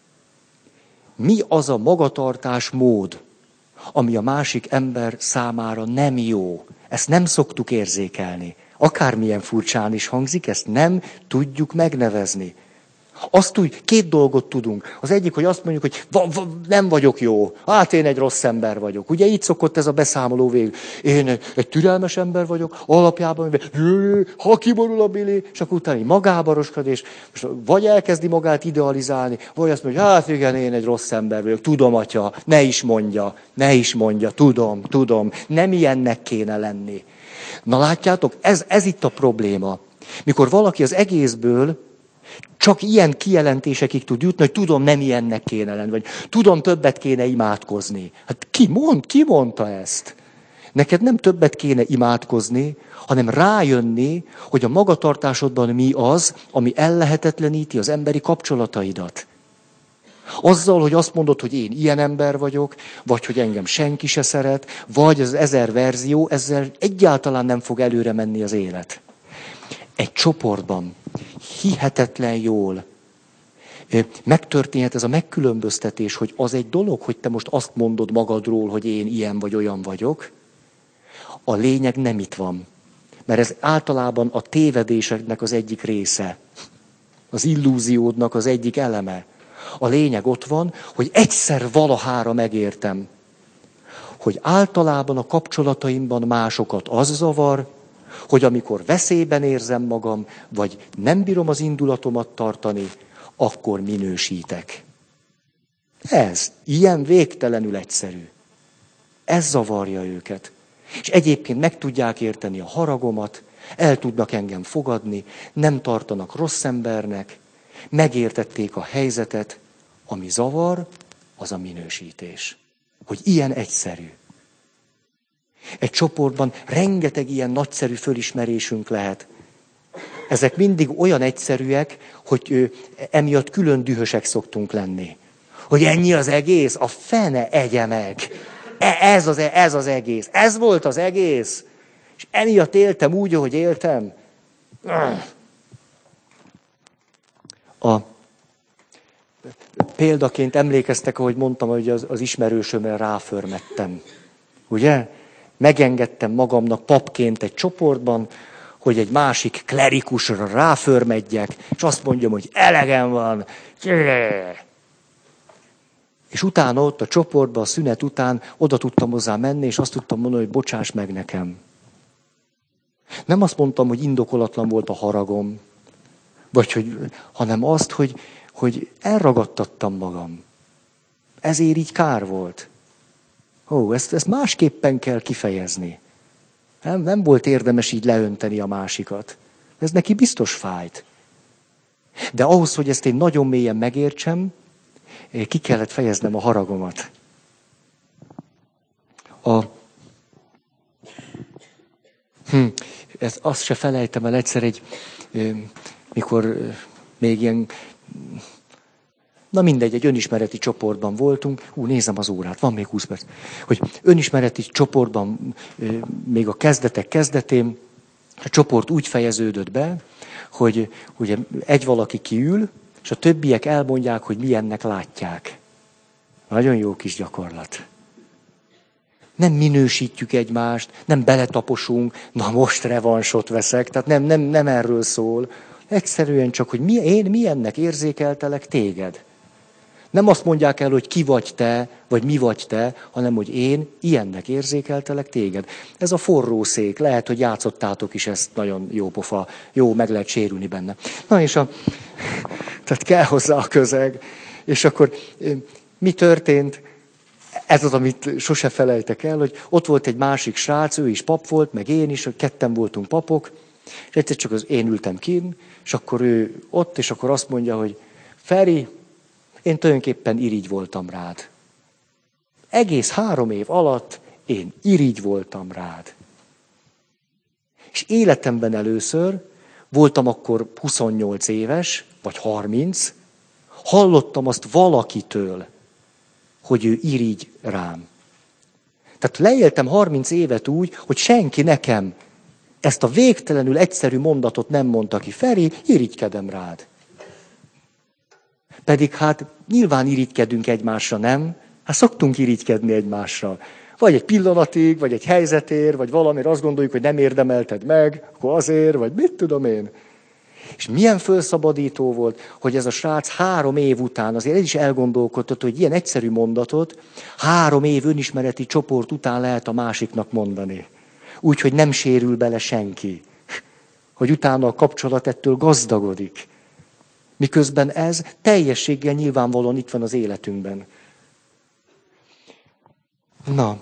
mi az a magatartás mód, ami a másik ember számára nem jó. Ezt nem szoktuk érzékelni. Akármilyen furcsán is hangzik, ezt nem tudjuk megnevezni. Azt úgy, két dolgot tudunk. Az egyik, hogy azt mondjuk, hogy va, va, nem vagyok jó. Hát én egy rossz ember vagyok. Ugye így szokott ez a beszámoló végül. Én egy, egy türelmes ember vagyok, alapjában, ha kiborul a bili, és akkor utána magába roskad, és vagy elkezdi magát idealizálni, vagy azt mondja, hát igen, én egy rossz ember vagyok. Tudom, atya, ne is mondja, ne is mondja, tudom, tudom. Nem ilyennek kéne lenni. Na látjátok, ez, ez itt a probléma. Mikor valaki az egészből csak ilyen kijelentésekig tud jutni, hogy tudom, nem ilyennek kéne lenni, vagy tudom, többet kéne imádkozni. Hát ki mond, ki mondta ezt? Neked nem többet kéne imádkozni, hanem rájönni, hogy a magatartásodban mi az, ami ellehetetleníti az emberi kapcsolataidat. Azzal, hogy azt mondod, hogy én ilyen ember vagyok, vagy hogy engem senki se szeret, vagy az ezer verzió, ezzel egyáltalán nem fog előre menni az élet. Egy csoportban hihetetlen jól megtörténhet ez a megkülönböztetés, hogy az egy dolog, hogy te most azt mondod magadról, hogy én ilyen vagy olyan vagyok. A lényeg nem itt van. Mert ez általában a tévedéseknek az egyik része. Az illúziódnak az egyik eleme. A lényeg ott van, hogy egyszer valahára megértem, hogy általában a kapcsolataimban másokat az zavar, hogy amikor veszélyben érzem magam, vagy nem bírom az indulatomat tartani, akkor minősítek. Ez ilyen végtelenül egyszerű. Ez zavarja őket. És egyébként meg tudják érteni a haragomat, el tudnak engem fogadni, nem tartanak rossz embernek, megértették a helyzetet, ami zavar, az a minősítés. Hogy ilyen egyszerű. Egy csoportban rengeteg ilyen nagyszerű fölismerésünk lehet. Ezek mindig olyan egyszerűek, hogy emiatt külön dühösek szoktunk lenni. Hogy ennyi az egész, a fene egye meg. Ez az, ez az egész. Ez volt az egész. És emiatt éltem úgy, ahogy éltem. A példaként emlékeztek, ahogy mondtam, hogy az, az ismerősömre ráförmettem. Ugye? Megengedtem magamnak papként egy csoportban, hogy egy másik klerikusra ráförmedjek, és azt mondjam, hogy elegem van. És utána ott a csoportban, a szünet után oda tudtam hozzá menni, és azt tudtam mondani, hogy bocsáss meg nekem. Nem azt mondtam, hogy indokolatlan volt a haragom, vagy hogy, hanem azt, hogy, hogy elragadtattam magam. Ezért így kár volt. Ó, ezt, ezt másképpen kell kifejezni. Nem, nem volt érdemes így leönteni a másikat. Ez neki biztos fájt. De ahhoz, hogy ezt én nagyon mélyen megértsem, ki kellett fejeznem a haragomat. A... Hm, ezt azt se felejtem el egyszer egy, mikor még ilyen, na mindegy, egy önismereti csoportban voltunk, ú, nézem az órát, van még húsz perc, hogy önismereti csoportban még a kezdetek kezdetén a csoport úgy fejeződött be, hogy ugye egy valaki kiül, és a többiek elmondják, hogy milyennek látják. Nagyon jó kis gyakorlat. Nem minősítjük egymást, nem beletaposunk, na most revansot veszek, tehát nem, nem, nem erről szól. Egyszerűen csak, hogy mi, én milyennek érzékeltelek téged. Nem azt mondják el, hogy ki vagy te, vagy mi vagy te, hanem, hogy én ilyennek érzékeltelek téged. Ez a forró szék, lehet, hogy játszottátok is ezt, nagyon jó pofa, jó, meg lehet sérülni benne. Na és a, tehát kell hozzá a közeg. És akkor mi történt? Ez az, amit sose felejtek el, hogy ott volt egy másik srác, ő is pap volt, meg én is, ketten voltunk papok, és egyszer csak az én ültem kint, és akkor ő ott, és akkor azt mondja, hogy Feri, én tulajdonképpen irigy voltam rád. Egész három év alatt én irigy voltam rád. És életemben először, voltam akkor huszonnyolc éves, vagy harminc, hallottam azt valakitől, hogy ő irigy rám. Tehát leéltem harminc évet úgy, hogy senki nekem ezt a végtelenül egyszerű mondatot nem mondta ki. Feri, irigykedem rád. Pedig hát nyilván irigykedünk egymásra, nem? Hát szoktunk irigykedni egymásra. Vagy egy pillanatig, vagy egy helyzetért, vagy valamire azt gondoljuk, hogy nem érdemelted meg, akkor azért, vagy mit tudom én. És milyen fölszabadító volt, hogy ez a srác három év után, azért ez is elgondolkodott, hogy ilyen egyszerű mondatot három év önismereti csoport után lehet a másiknak mondani. Úgyhogy nem sérül bele senki. Hogy utána a kapcsolat ettől gazdagodik. Miközben ez teljességgel nyilvánvalóan itt van az életünkben. Na,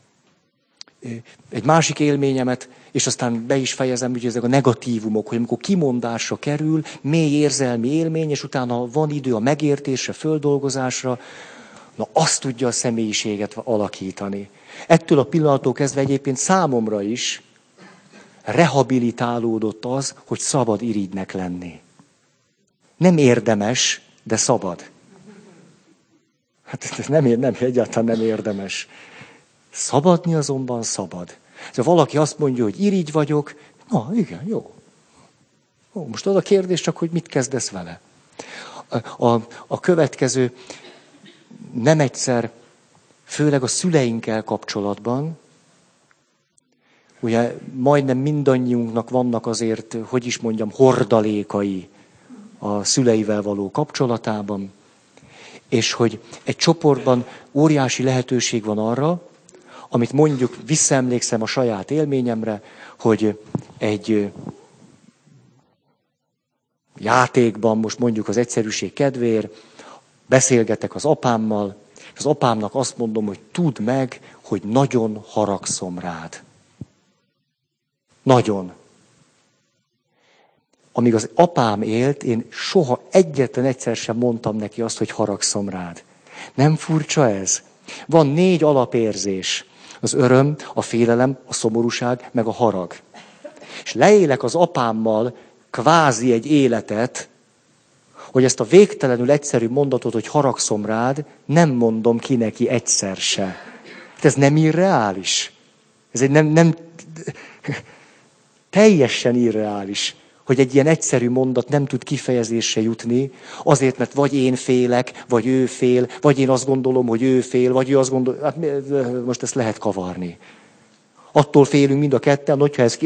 egy másik élményemet, és aztán be is fejezem, hogy ezek a negatívumok, hogy amikor kimondásra kerül, mély érzelmi élmény, és utána van idő a megértésre, földolgozásra, na azt tudja a személyiséget alakítani. Ettől a pillanattól kezdve egyébként számomra is rehabilitálódott az, hogy szabad irigynek lenni. Nem érdemes, de szabad. Hát ez nem, nem, egyáltalán nem érdemes. Szabadni azonban szabad. Ha valaki azt mondja, hogy irigy vagyok, na igen, jó. Ó, most az a kérdés csak, hogy mit kezdesz vele. A, a, a következő nem egyszer, főleg a szüleinkkel kapcsolatban, ugye majdnem mindannyiunknak vannak azért, hogy is mondjam, hordalékai a szüleivel való kapcsolatában, és hogy egy csoportban óriási lehetőség van arra, amit mondjuk visszaemlékszem a saját élményemre, hogy egy játékban, most mondjuk az egyszerűség kedvéért, beszélgetek az apámmal, és az apámnak azt mondom, hogy tudd meg, hogy nagyon haragszom rád. Nagyon. Amíg az apám élt, én soha egyetlen egyszer sem mondtam neki azt, hogy haragszom rád. Nem furcsa ez? Van négy alapérzés. Az öröm, a félelem, a szomorúság, meg a harag. És leélek az apámmal kvázi egy életet, hogy ezt a végtelenül egyszerű mondatot, hogy haragszom rád, nem mondom ki neki egyszer se. Hát ez nem irreális. Ez egy nem, nem teljesen irreális, hogy egy ilyen egyszerű mondat nem tud kifejezésre jutni, azért, mert vagy én félek, vagy ő fél, vagy én azt gondolom, hogy ő fél, vagy ő azt gondol... Hát most ezt lehet kavarni. Attól félünk mind a ketten, hogyha ez...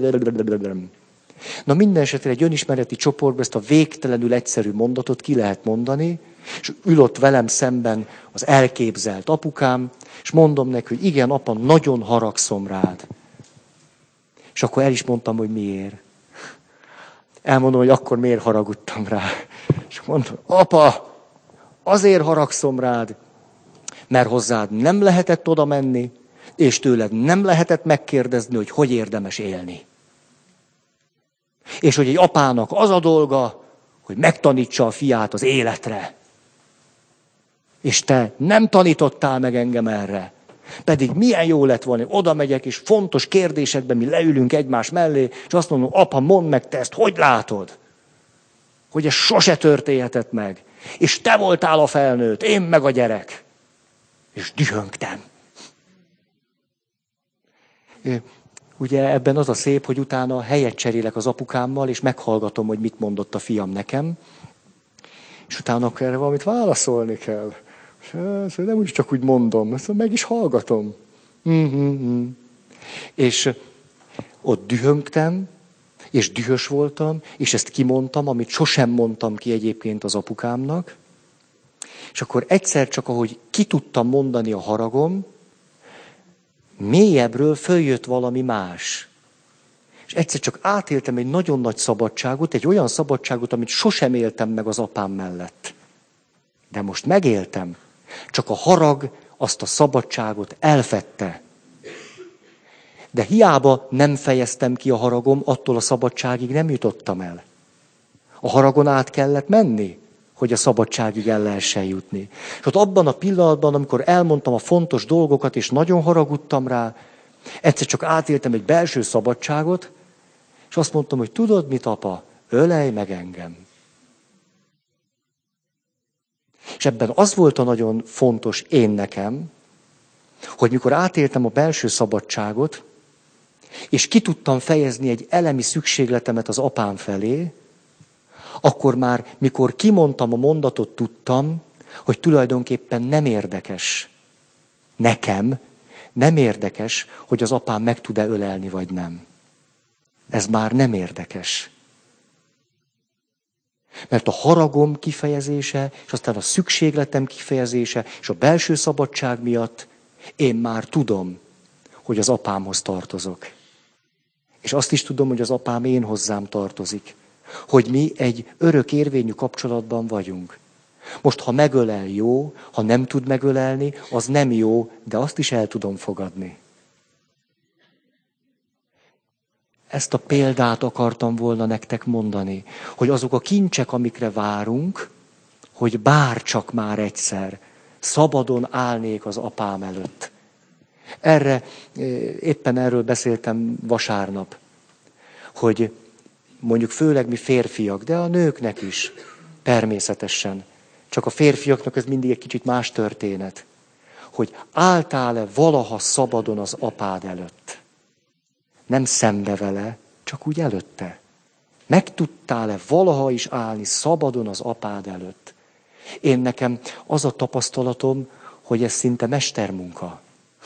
Na minden esetre egy önismereti csoportban ezt a végtelenül egyszerű mondatot ki lehet mondani, és ül ott velem szemben az elképzelt apukám, és mondom neki, hogy igen, apa, nagyon haragszom rád. És akkor el is mondtam, hogy miért. Elmondom, hogy akkor miért haragudtam rá. És mondom, apa, azért haragszom rád, mert hozzád nem lehetett oda menni, és tőled nem lehetett megkérdezni, hogy hogy érdemes élni. És hogy egy apának az a dolga, hogy megtanítsa a fiát az életre. És te nem tanítottál meg engem erre. Pedig milyen jó lett volna, hogy oda megyek, és fontos kérdésekben mi leülünk egymás mellé, és azt mondom, apa, mondd meg te ezt, hogy látod? Hogy ez sose történhetett meg. És te voltál a felnőtt, én meg a gyerek. És dühöngtem. Ugye ebben az a szép, hogy utána helyet cserélek az apukámmal, és meghallgatom, hogy mit mondott a fiam nekem. És utána akkor erre valamit válaszolni kell. És nem úgy csak úgy mondom, ezt meg is hallgatom. Mm-hmm. És ott dühöngtem, és dühös voltam, és ezt kimondtam, amit sosem mondtam ki egyébként az apukámnak. És akkor egyszer csak, ahogy ki tudtam mondani a haragom, mélyebbről följött valami más. És egyszer csak átéltem egy nagyon nagy szabadságot, egy olyan szabadságot, amit sosem éltem meg az apám mellett. De most megéltem. Csak a harag azt a szabadságot elfedte. De hiába nem fejeztem ki a haragom, attól a szabadságig nem jutottam el. A haragon át kellett menni, hogy a szabadságig el lehessen jutni. És ott abban a pillanatban, amikor elmondtam a fontos dolgokat, és nagyon haragudtam rá, egyszer csak átéltem egy belső szabadságot, és azt mondtam, hogy tudod mit, apa, ölelj meg engem. És ebben az volt a nagyon fontos én nekem, hogy mikor átéltem a belső szabadságot, és ki tudtam fejezni egy elemi szükségletemet az apám felé, akkor már, mikor kimondtam a mondatot, tudtam, hogy tulajdonképpen nem érdekes. Nekem nem érdekes, hogy az apám meg tud-e ölelni, vagy nem. Ez már nem érdekes. Mert a haragom kifejezése, és aztán a szükségletem kifejezése, és a belső szabadság miatt én már tudom, hogy az apámhoz tartozok. És azt is tudom, hogy az apám én hozzám tartozik. Hogy mi egy örök érvényű kapcsolatban vagyunk. Most, ha megölel, jó, ha nem tud megölelni, az nem jó, de azt is el tudom fogadni. Ezt a példát akartam volna nektek mondani, hogy azok a kincsek, amikre várunk, hogy bárcsak már egyszer szabadon állnék az apám előtt. Erre, éppen erről beszéltem vasárnap, hogy mondjuk főleg mi férfiak, de a nőknek is természetesen. Csak a férfiaknak ez mindig egy kicsit más történet. Hogy álltál-e valaha szabadon az apád előtt? Nem szembe vele, csak úgy előtte. Meg tudtál-e valaha is állni szabadon az apád előtt? Én nekem az a tapasztalatom, hogy ez szinte mestermunka.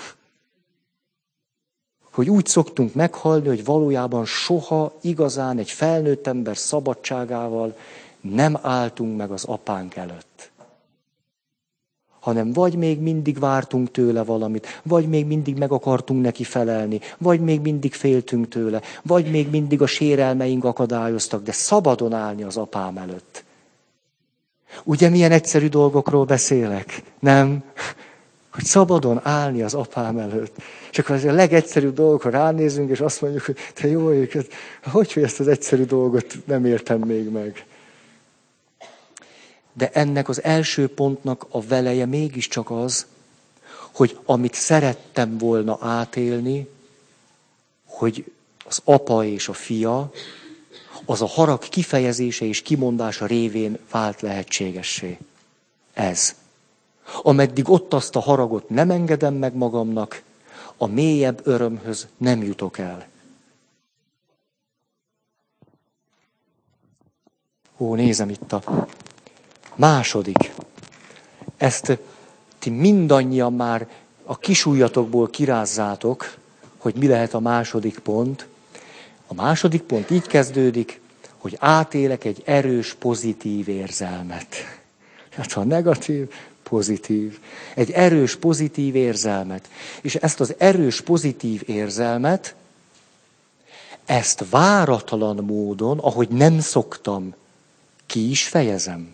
Hogy úgy szoktunk meghalni, hogy valójában soha igazán egy felnőtt ember szabadságával nem álltunk meg az apánk előtt. Hanem vagy még mindig vártunk tőle valamit, vagy még mindig meg akartunk neki felelni, vagy még mindig féltünk tőle, vagy még mindig a sérelmeink akadályoztak, de szabadon állni az apám előtt. Ugye milyen egyszerű dolgokról beszélek? Nem? Hogy szabadon állni az apám előtt. Csak az a legegyszerűbb dolgokra ránézünk, és azt mondjuk, hogy te jó ég, hogy, hogy ezt az egyszerű dolgot nem értem még meg. De ennek az első pontnak a veleje mégiscsak az, hogy amit szerettem volna átélni, hogy az apa és a fia, az a harag kifejezése és kimondása révén vált lehetségessé. Ez. Ameddig ott azt a haragot nem engedem meg magamnak, a mélyebb örömhöz nem jutok el. Ó, nézem itt a második. Ezt ti mindannyian már a kisujjatokból kirázzátok, hogy mi lehet a második pont. A második pont így kezdődik, hogy átélek egy erős, pozitív érzelmet. Hát ha negatív, pozitív. Egy erős, pozitív érzelmet. És ezt az erős, pozitív érzelmet, ezt váratlan módon, ahogy nem szoktam, ki is fejezem.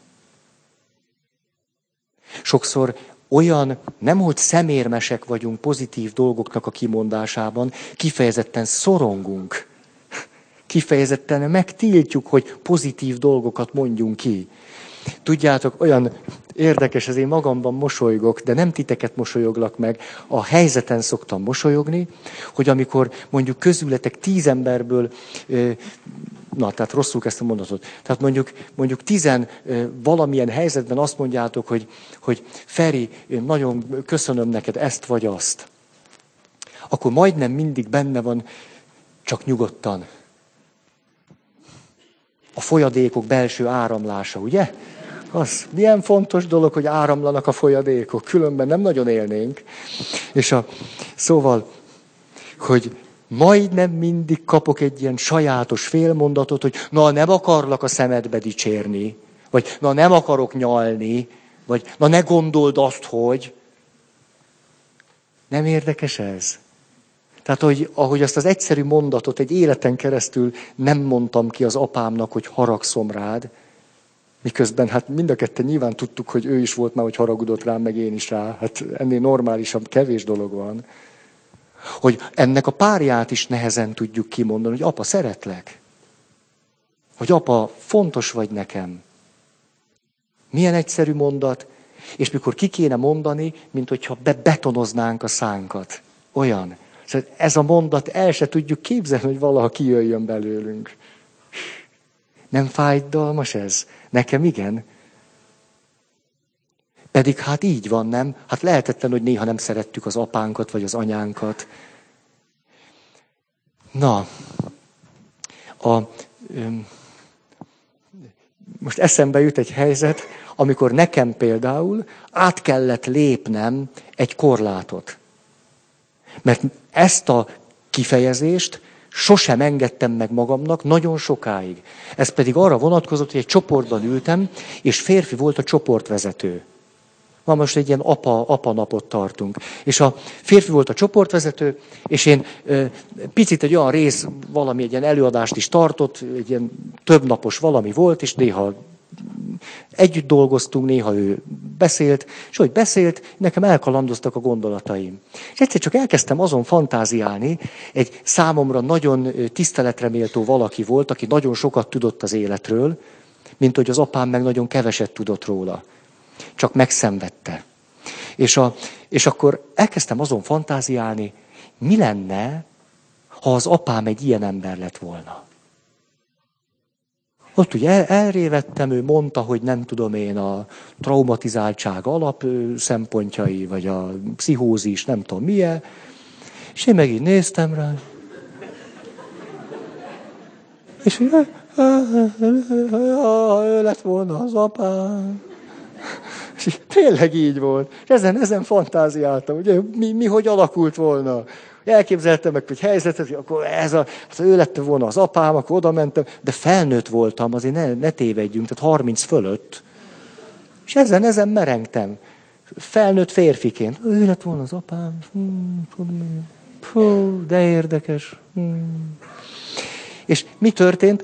Sokszor olyan, nemhogy szemérmesek vagyunk pozitív dolgoknak a kimondásában, kifejezetten szorongunk. Kifejezetten megtiltjuk, hogy pozitív dolgokat mondjunk ki. Tudjátok, olyan érdekes, ez én magamban mosolygok, de nem titeket mosolyoglak meg, a helyzeten szoktam mosolyogni, hogy amikor mondjuk közületek tíz emberből, na, tehát rosszul kezdtem mondatot, tehát mondjuk, mondjuk tizen valamilyen helyzetben azt mondjátok, hogy, hogy Feri, nagyon köszönöm neked ezt vagy azt, akkor majdnem mindig benne van, csak nyugodtan. A folyadékok belső áramlása, ugye? Az milyen fontos dolog, hogy áramlanak a folyadékok, különben nem nagyon élnénk. És a, szóval, hogy majdnem mindig kapok egy ilyen sajátos félmondatot, hogy na nem akarlak a szemedbe dicsérni, vagy na nem akarok nyalni, vagy na ne gondold azt, hogy. Nem érdekes ez? Tehát, hogy, ahogy azt az egyszerű mondatot egy életen keresztül nem mondtam ki az apámnak, hogy haragszom rád, miközben hát mind a ketten nyilván tudtuk, hogy ő is volt már, hogy haragudott rám, meg én is rá. Hát ennél normálisabb, kevés dolog van. Hogy ennek a párját is nehezen tudjuk kimondani, hogy apa, szeretlek. Hogy apa, fontos vagy nekem. Milyen egyszerű mondat, és mikor ki kéne mondani, mint hogyha bebetonoznánk a szánkat. Olyan. Szóval ez a mondat, el se tudjuk képzelni, hogy valaha kijöjjön belőlünk. Nem fájdalmas ez? Nekem igen. Pedig hát így van, nem? Hát lehetetlen, hogy néha nem szerettük az apánkat, vagy az anyánkat. Na, a, öm, most eszembe jut egy helyzet, amikor nekem például át kellett lépnem egy korlátot. Mert ezt a kifejezést sosem engedtem meg magamnak nagyon sokáig. Ez pedig arra vonatkozott, hogy egy csoportban ültem, és férfi volt a csoportvezető. Ma most egy ilyen apa, apa napot tartunk. És a férfi volt a csoportvezető, és én ö, picit egy olyan rész, valami egy ilyen előadást is tartott, egy ilyen többnapos valami volt, és néha együtt dolgoztunk, néha ő beszélt, és hogy beszélt, nekem elkalandoztak a gondolataim. És egyszer csak elkezdtem azon fantáziálni, egy számomra nagyon tiszteletre méltó valaki volt, aki nagyon sokat tudott az életről, mint hogy az apám meg nagyon keveset tudott róla. Csak megszenvedte. És, a, és akkor elkezdtem azon fantáziálni, mi lenne, ha az apám egy ilyen ember lett volna. Ott ugye el, elrévettem, ő mondta, hogy nem tudom én a traumatizáltság alap szempontjai, vagy a pszichózis, nem tudom milyen. És én meg így néztem rá. És így, ő lett volna az apám. És tényleg így volt. És ezen, ezen fantáziáltam, ugye, mi, mi hogy alakult volna. Elképzeltem meg egy helyzetet, hogy akkor ez a, hát ő lett volna az apám, akkor oda mentem, de felnőtt voltam, azért ne, ne tévedjünk, tehát harminc fölött. És ezen, ezen merengtem. Felnőtt férfiként. Ő lett volna az apám. Fú, de érdekes. És mi történt?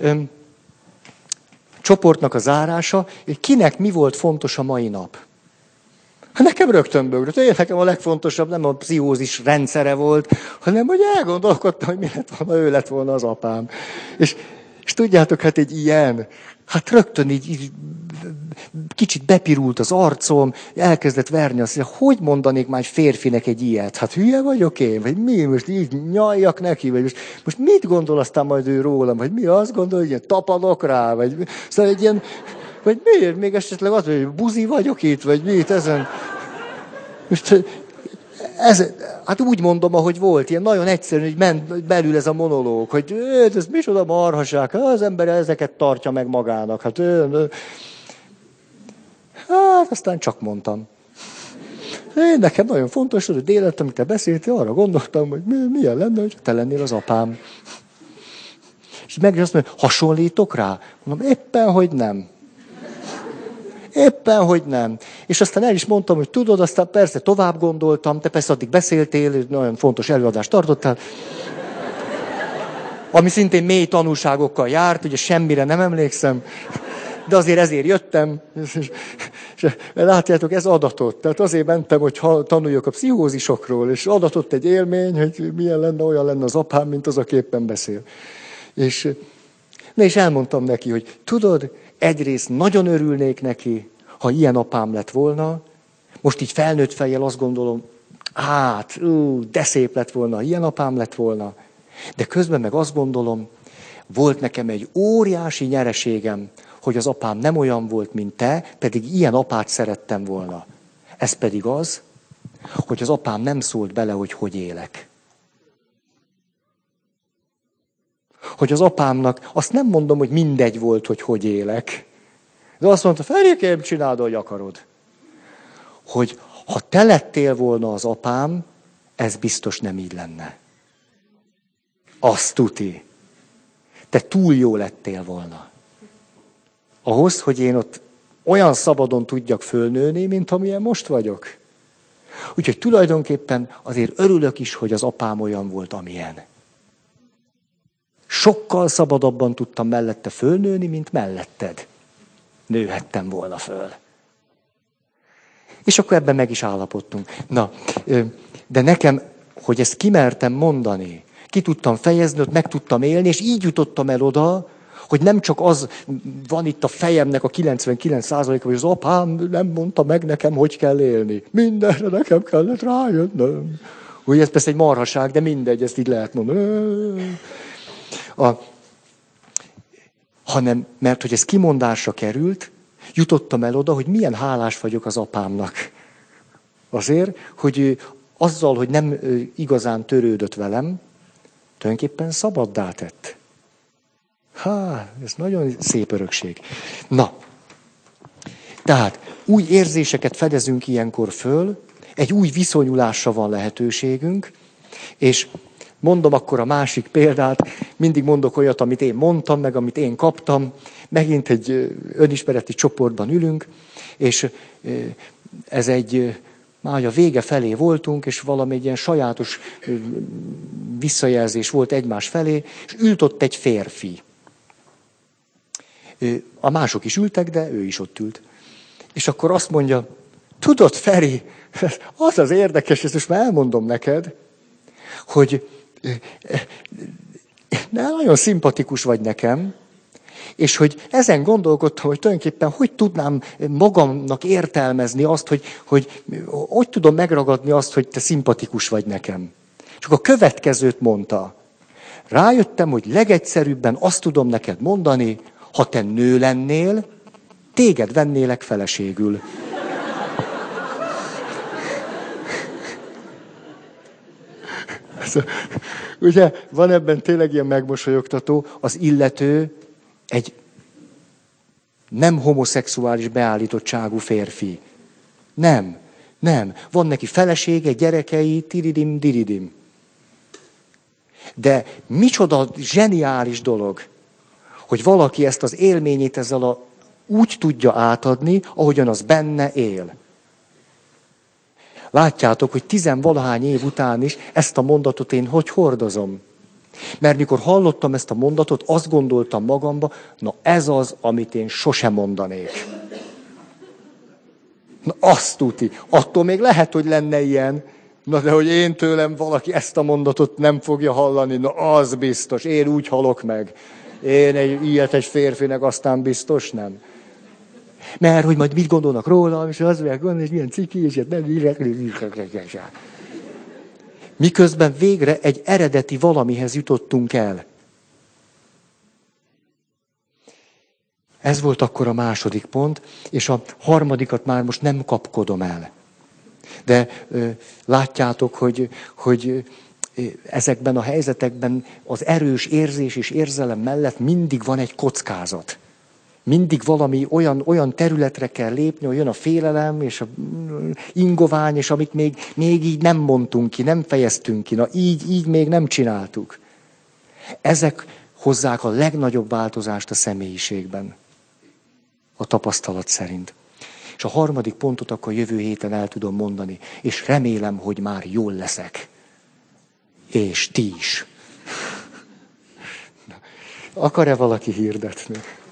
Csoportnak a zárása, kinek mi volt fontos a mai nap. Nekem rögtön bögrött. Én nekem a legfontosabb nem a pszichózis rendszere volt, hanem hogy elgondolkodtam, hogy mi lett volna, ő lett volna az apám. És, és tudjátok, hát egy ilyen, hát rögtön így, így kicsit bepirult az arcom, elkezdett verni azt, hogy hogy mondanék már egy férfinek egy ilyet? Hát hülye vagyok én? Vagy mi? Most így nyaljak neki? Vagy most, most mit gondol aztán majd ő rólam? Vagy mi azt gondol, hogy ilyen tapadok rá? Vagy, szóval egy ilyen, Vagy miért? Még esetleg az, hogy buzi vagyok itt, vagy mit ezen? Most ez, hát úgy mondom, ahogy volt, ilyen nagyon egyszerű, hogy ment belül ez a monológ, hogy ez micsoda marhaság, az ember ezeket tartja meg magának. Hát, hát aztán csak mondtam. Én nekem nagyon fontos, hogy délelőtt, amit te beszéltél, arra gondoltam, hogy milyen lenne, hogy te lennél az apám. És meg azt mondja, hasonlítok rá? Mondom, éppen, hogy nem. Éppen, hogy nem. És aztán el is mondtam, hogy tudod, aztán persze tovább gondoltam, te persze addig beszéltél, nagyon fontos előadást tartottál, ami szintén mély tanulságokkal járt, ugye semmire nem emlékszem, de azért ezért jöttem. És látjátok, ez adatot. Tehát azért mentem, hogy tanuljak a pszichózisokról, és adatott egy élmény, hogy milyen lenne, olyan lenne az apám, mint az, aki éppen beszél. És, ne, és elmondtam neki, hogy tudod, egyrészt nagyon örülnék neki, ha ilyen apám lett volna. Most így felnőtt fejjel azt gondolom, hát, ú, de szép lett volna, ha ilyen apám lett volna. De közben meg azt gondolom, volt nekem egy óriási nyereségem, hogy az apám nem olyan volt, mint te, pedig ilyen apát szerettem volna. Ez pedig az, hogy az apám nem szólt bele, hogy hogy élek. Hogy az apámnak, azt nem mondom, hogy mindegy volt, hogy hogy élek. De azt mondta, Ferikém, csináld, ahogy akarod. Hogy ha te lettél volna az apám, ez biztos nem így lenne. Azt tuti. Te túl jó lettél volna. Ahhoz, hogy én ott olyan szabadon tudjak fölnőni, mint amilyen most vagyok. Úgyhogy tulajdonképpen azért örülök is, hogy az apám olyan volt, amilyen. Sokkal szabadabban tudtam mellette fölnőni, mint melletted. Nőhettem volna föl. És akkor ebben meg is állapodtunk. Na, de nekem, hogy ezt kimertem mondani, ki tudtam fejezni, ott meg tudtam élni, és így jutottam el oda, hogy nem csak az van itt a fejemnek a kilencvenkilenc százaléka, hogy az apám nem mondta meg nekem, hogy kell élni. Mindenre nekem kellett rájönnöm. Ugye ez persze egy marhaság, de mindegy, ezt így lehet mondani. A, hanem, mert hogy ez kimondásra került, jutottam el oda, hogy milyen hálás vagyok az apámnak. Azért, hogy azzal, hogy nem igazán törődött velem, tulajdonképpen szabaddá tett. Há, ez nagyon szép örökség. Na, tehát új érzéseket fedezünk ilyenkor föl, egy új viszonyulásra van lehetőségünk, és mondom akkor a másik példát, mindig mondok olyat, amit én mondtam, meg amit én kaptam, megint egy önismereti csoportban ülünk, és ez egy, már a vége felé voltunk, és valami egy ilyen sajátos visszajelzés volt egymás felé, és ült ott egy férfi. A mások is ültek, de ő is ott ült. És akkor azt mondja, tudod, Feri, az az érdekes, ezt most már elmondom neked, hogy nagyon szimpatikus vagy nekem, és hogy ezen gondolkodtam, hogy tulajdonképpen hogy tudnám magamnak értelmezni azt, hogy hogy, hogy tudom megragadni azt, hogy te szimpatikus vagy nekem. Csak a következőt mondta. Rájöttem, hogy legegyszerűbben azt tudom neked mondani, ha te nő lennél, téged vennélek feleségül. Ugye, van ebben tényleg ilyen megmosolyogtató, az illető egy nem homoszexuális beállítottságú férfi. Nem, nem. Van neki felesége, gyerekei, tiridim, diridim. De micsoda zseniális dolog, hogy valaki ezt az élményét ezzel a, úgy tudja átadni, ahogyan az benne él. Látjátok, hogy tizenvalahány év után is ezt a mondatot én hogy hordozom. Mert mikor hallottam ezt a mondatot, azt gondoltam magamba, na ez az, amit én sosem mondanék. Na azt tuti. Attól még lehet, hogy lenne ilyen, na de hogy én tőlem valaki ezt a mondatot nem fogja hallani, na az biztos, én úgy halok meg. Én egy, ilyet egy férfinek aztán biztos nem. Mert hogy majd mit gondolnak rólam, és az meg gondolni, hogy milyen ciki, és ilyet nem írek. Miközben végre egy eredeti valamihez jutottunk el. Ez volt akkor a második pont, és a harmadikat már most nem kapkodom el. De ö, látjátok, hogy, hogy ezekben a helyzetekben az erős érzés és érzelem mellett mindig van egy kockázat. Mindig valami olyan, olyan területre kell lépni, hogy jön a félelem és a ingovány, és amit még, még így nem mondtunk ki, nem fejeztünk ki, na így, így még nem csináltuk. Ezek hozzák a legnagyobb változást a személyiségben, a tapasztalat szerint. És a harmadik pontot akkor jövő héten el tudom mondani, és remélem, hogy már jól leszek. És ti is. Akar-e valaki hirdetni?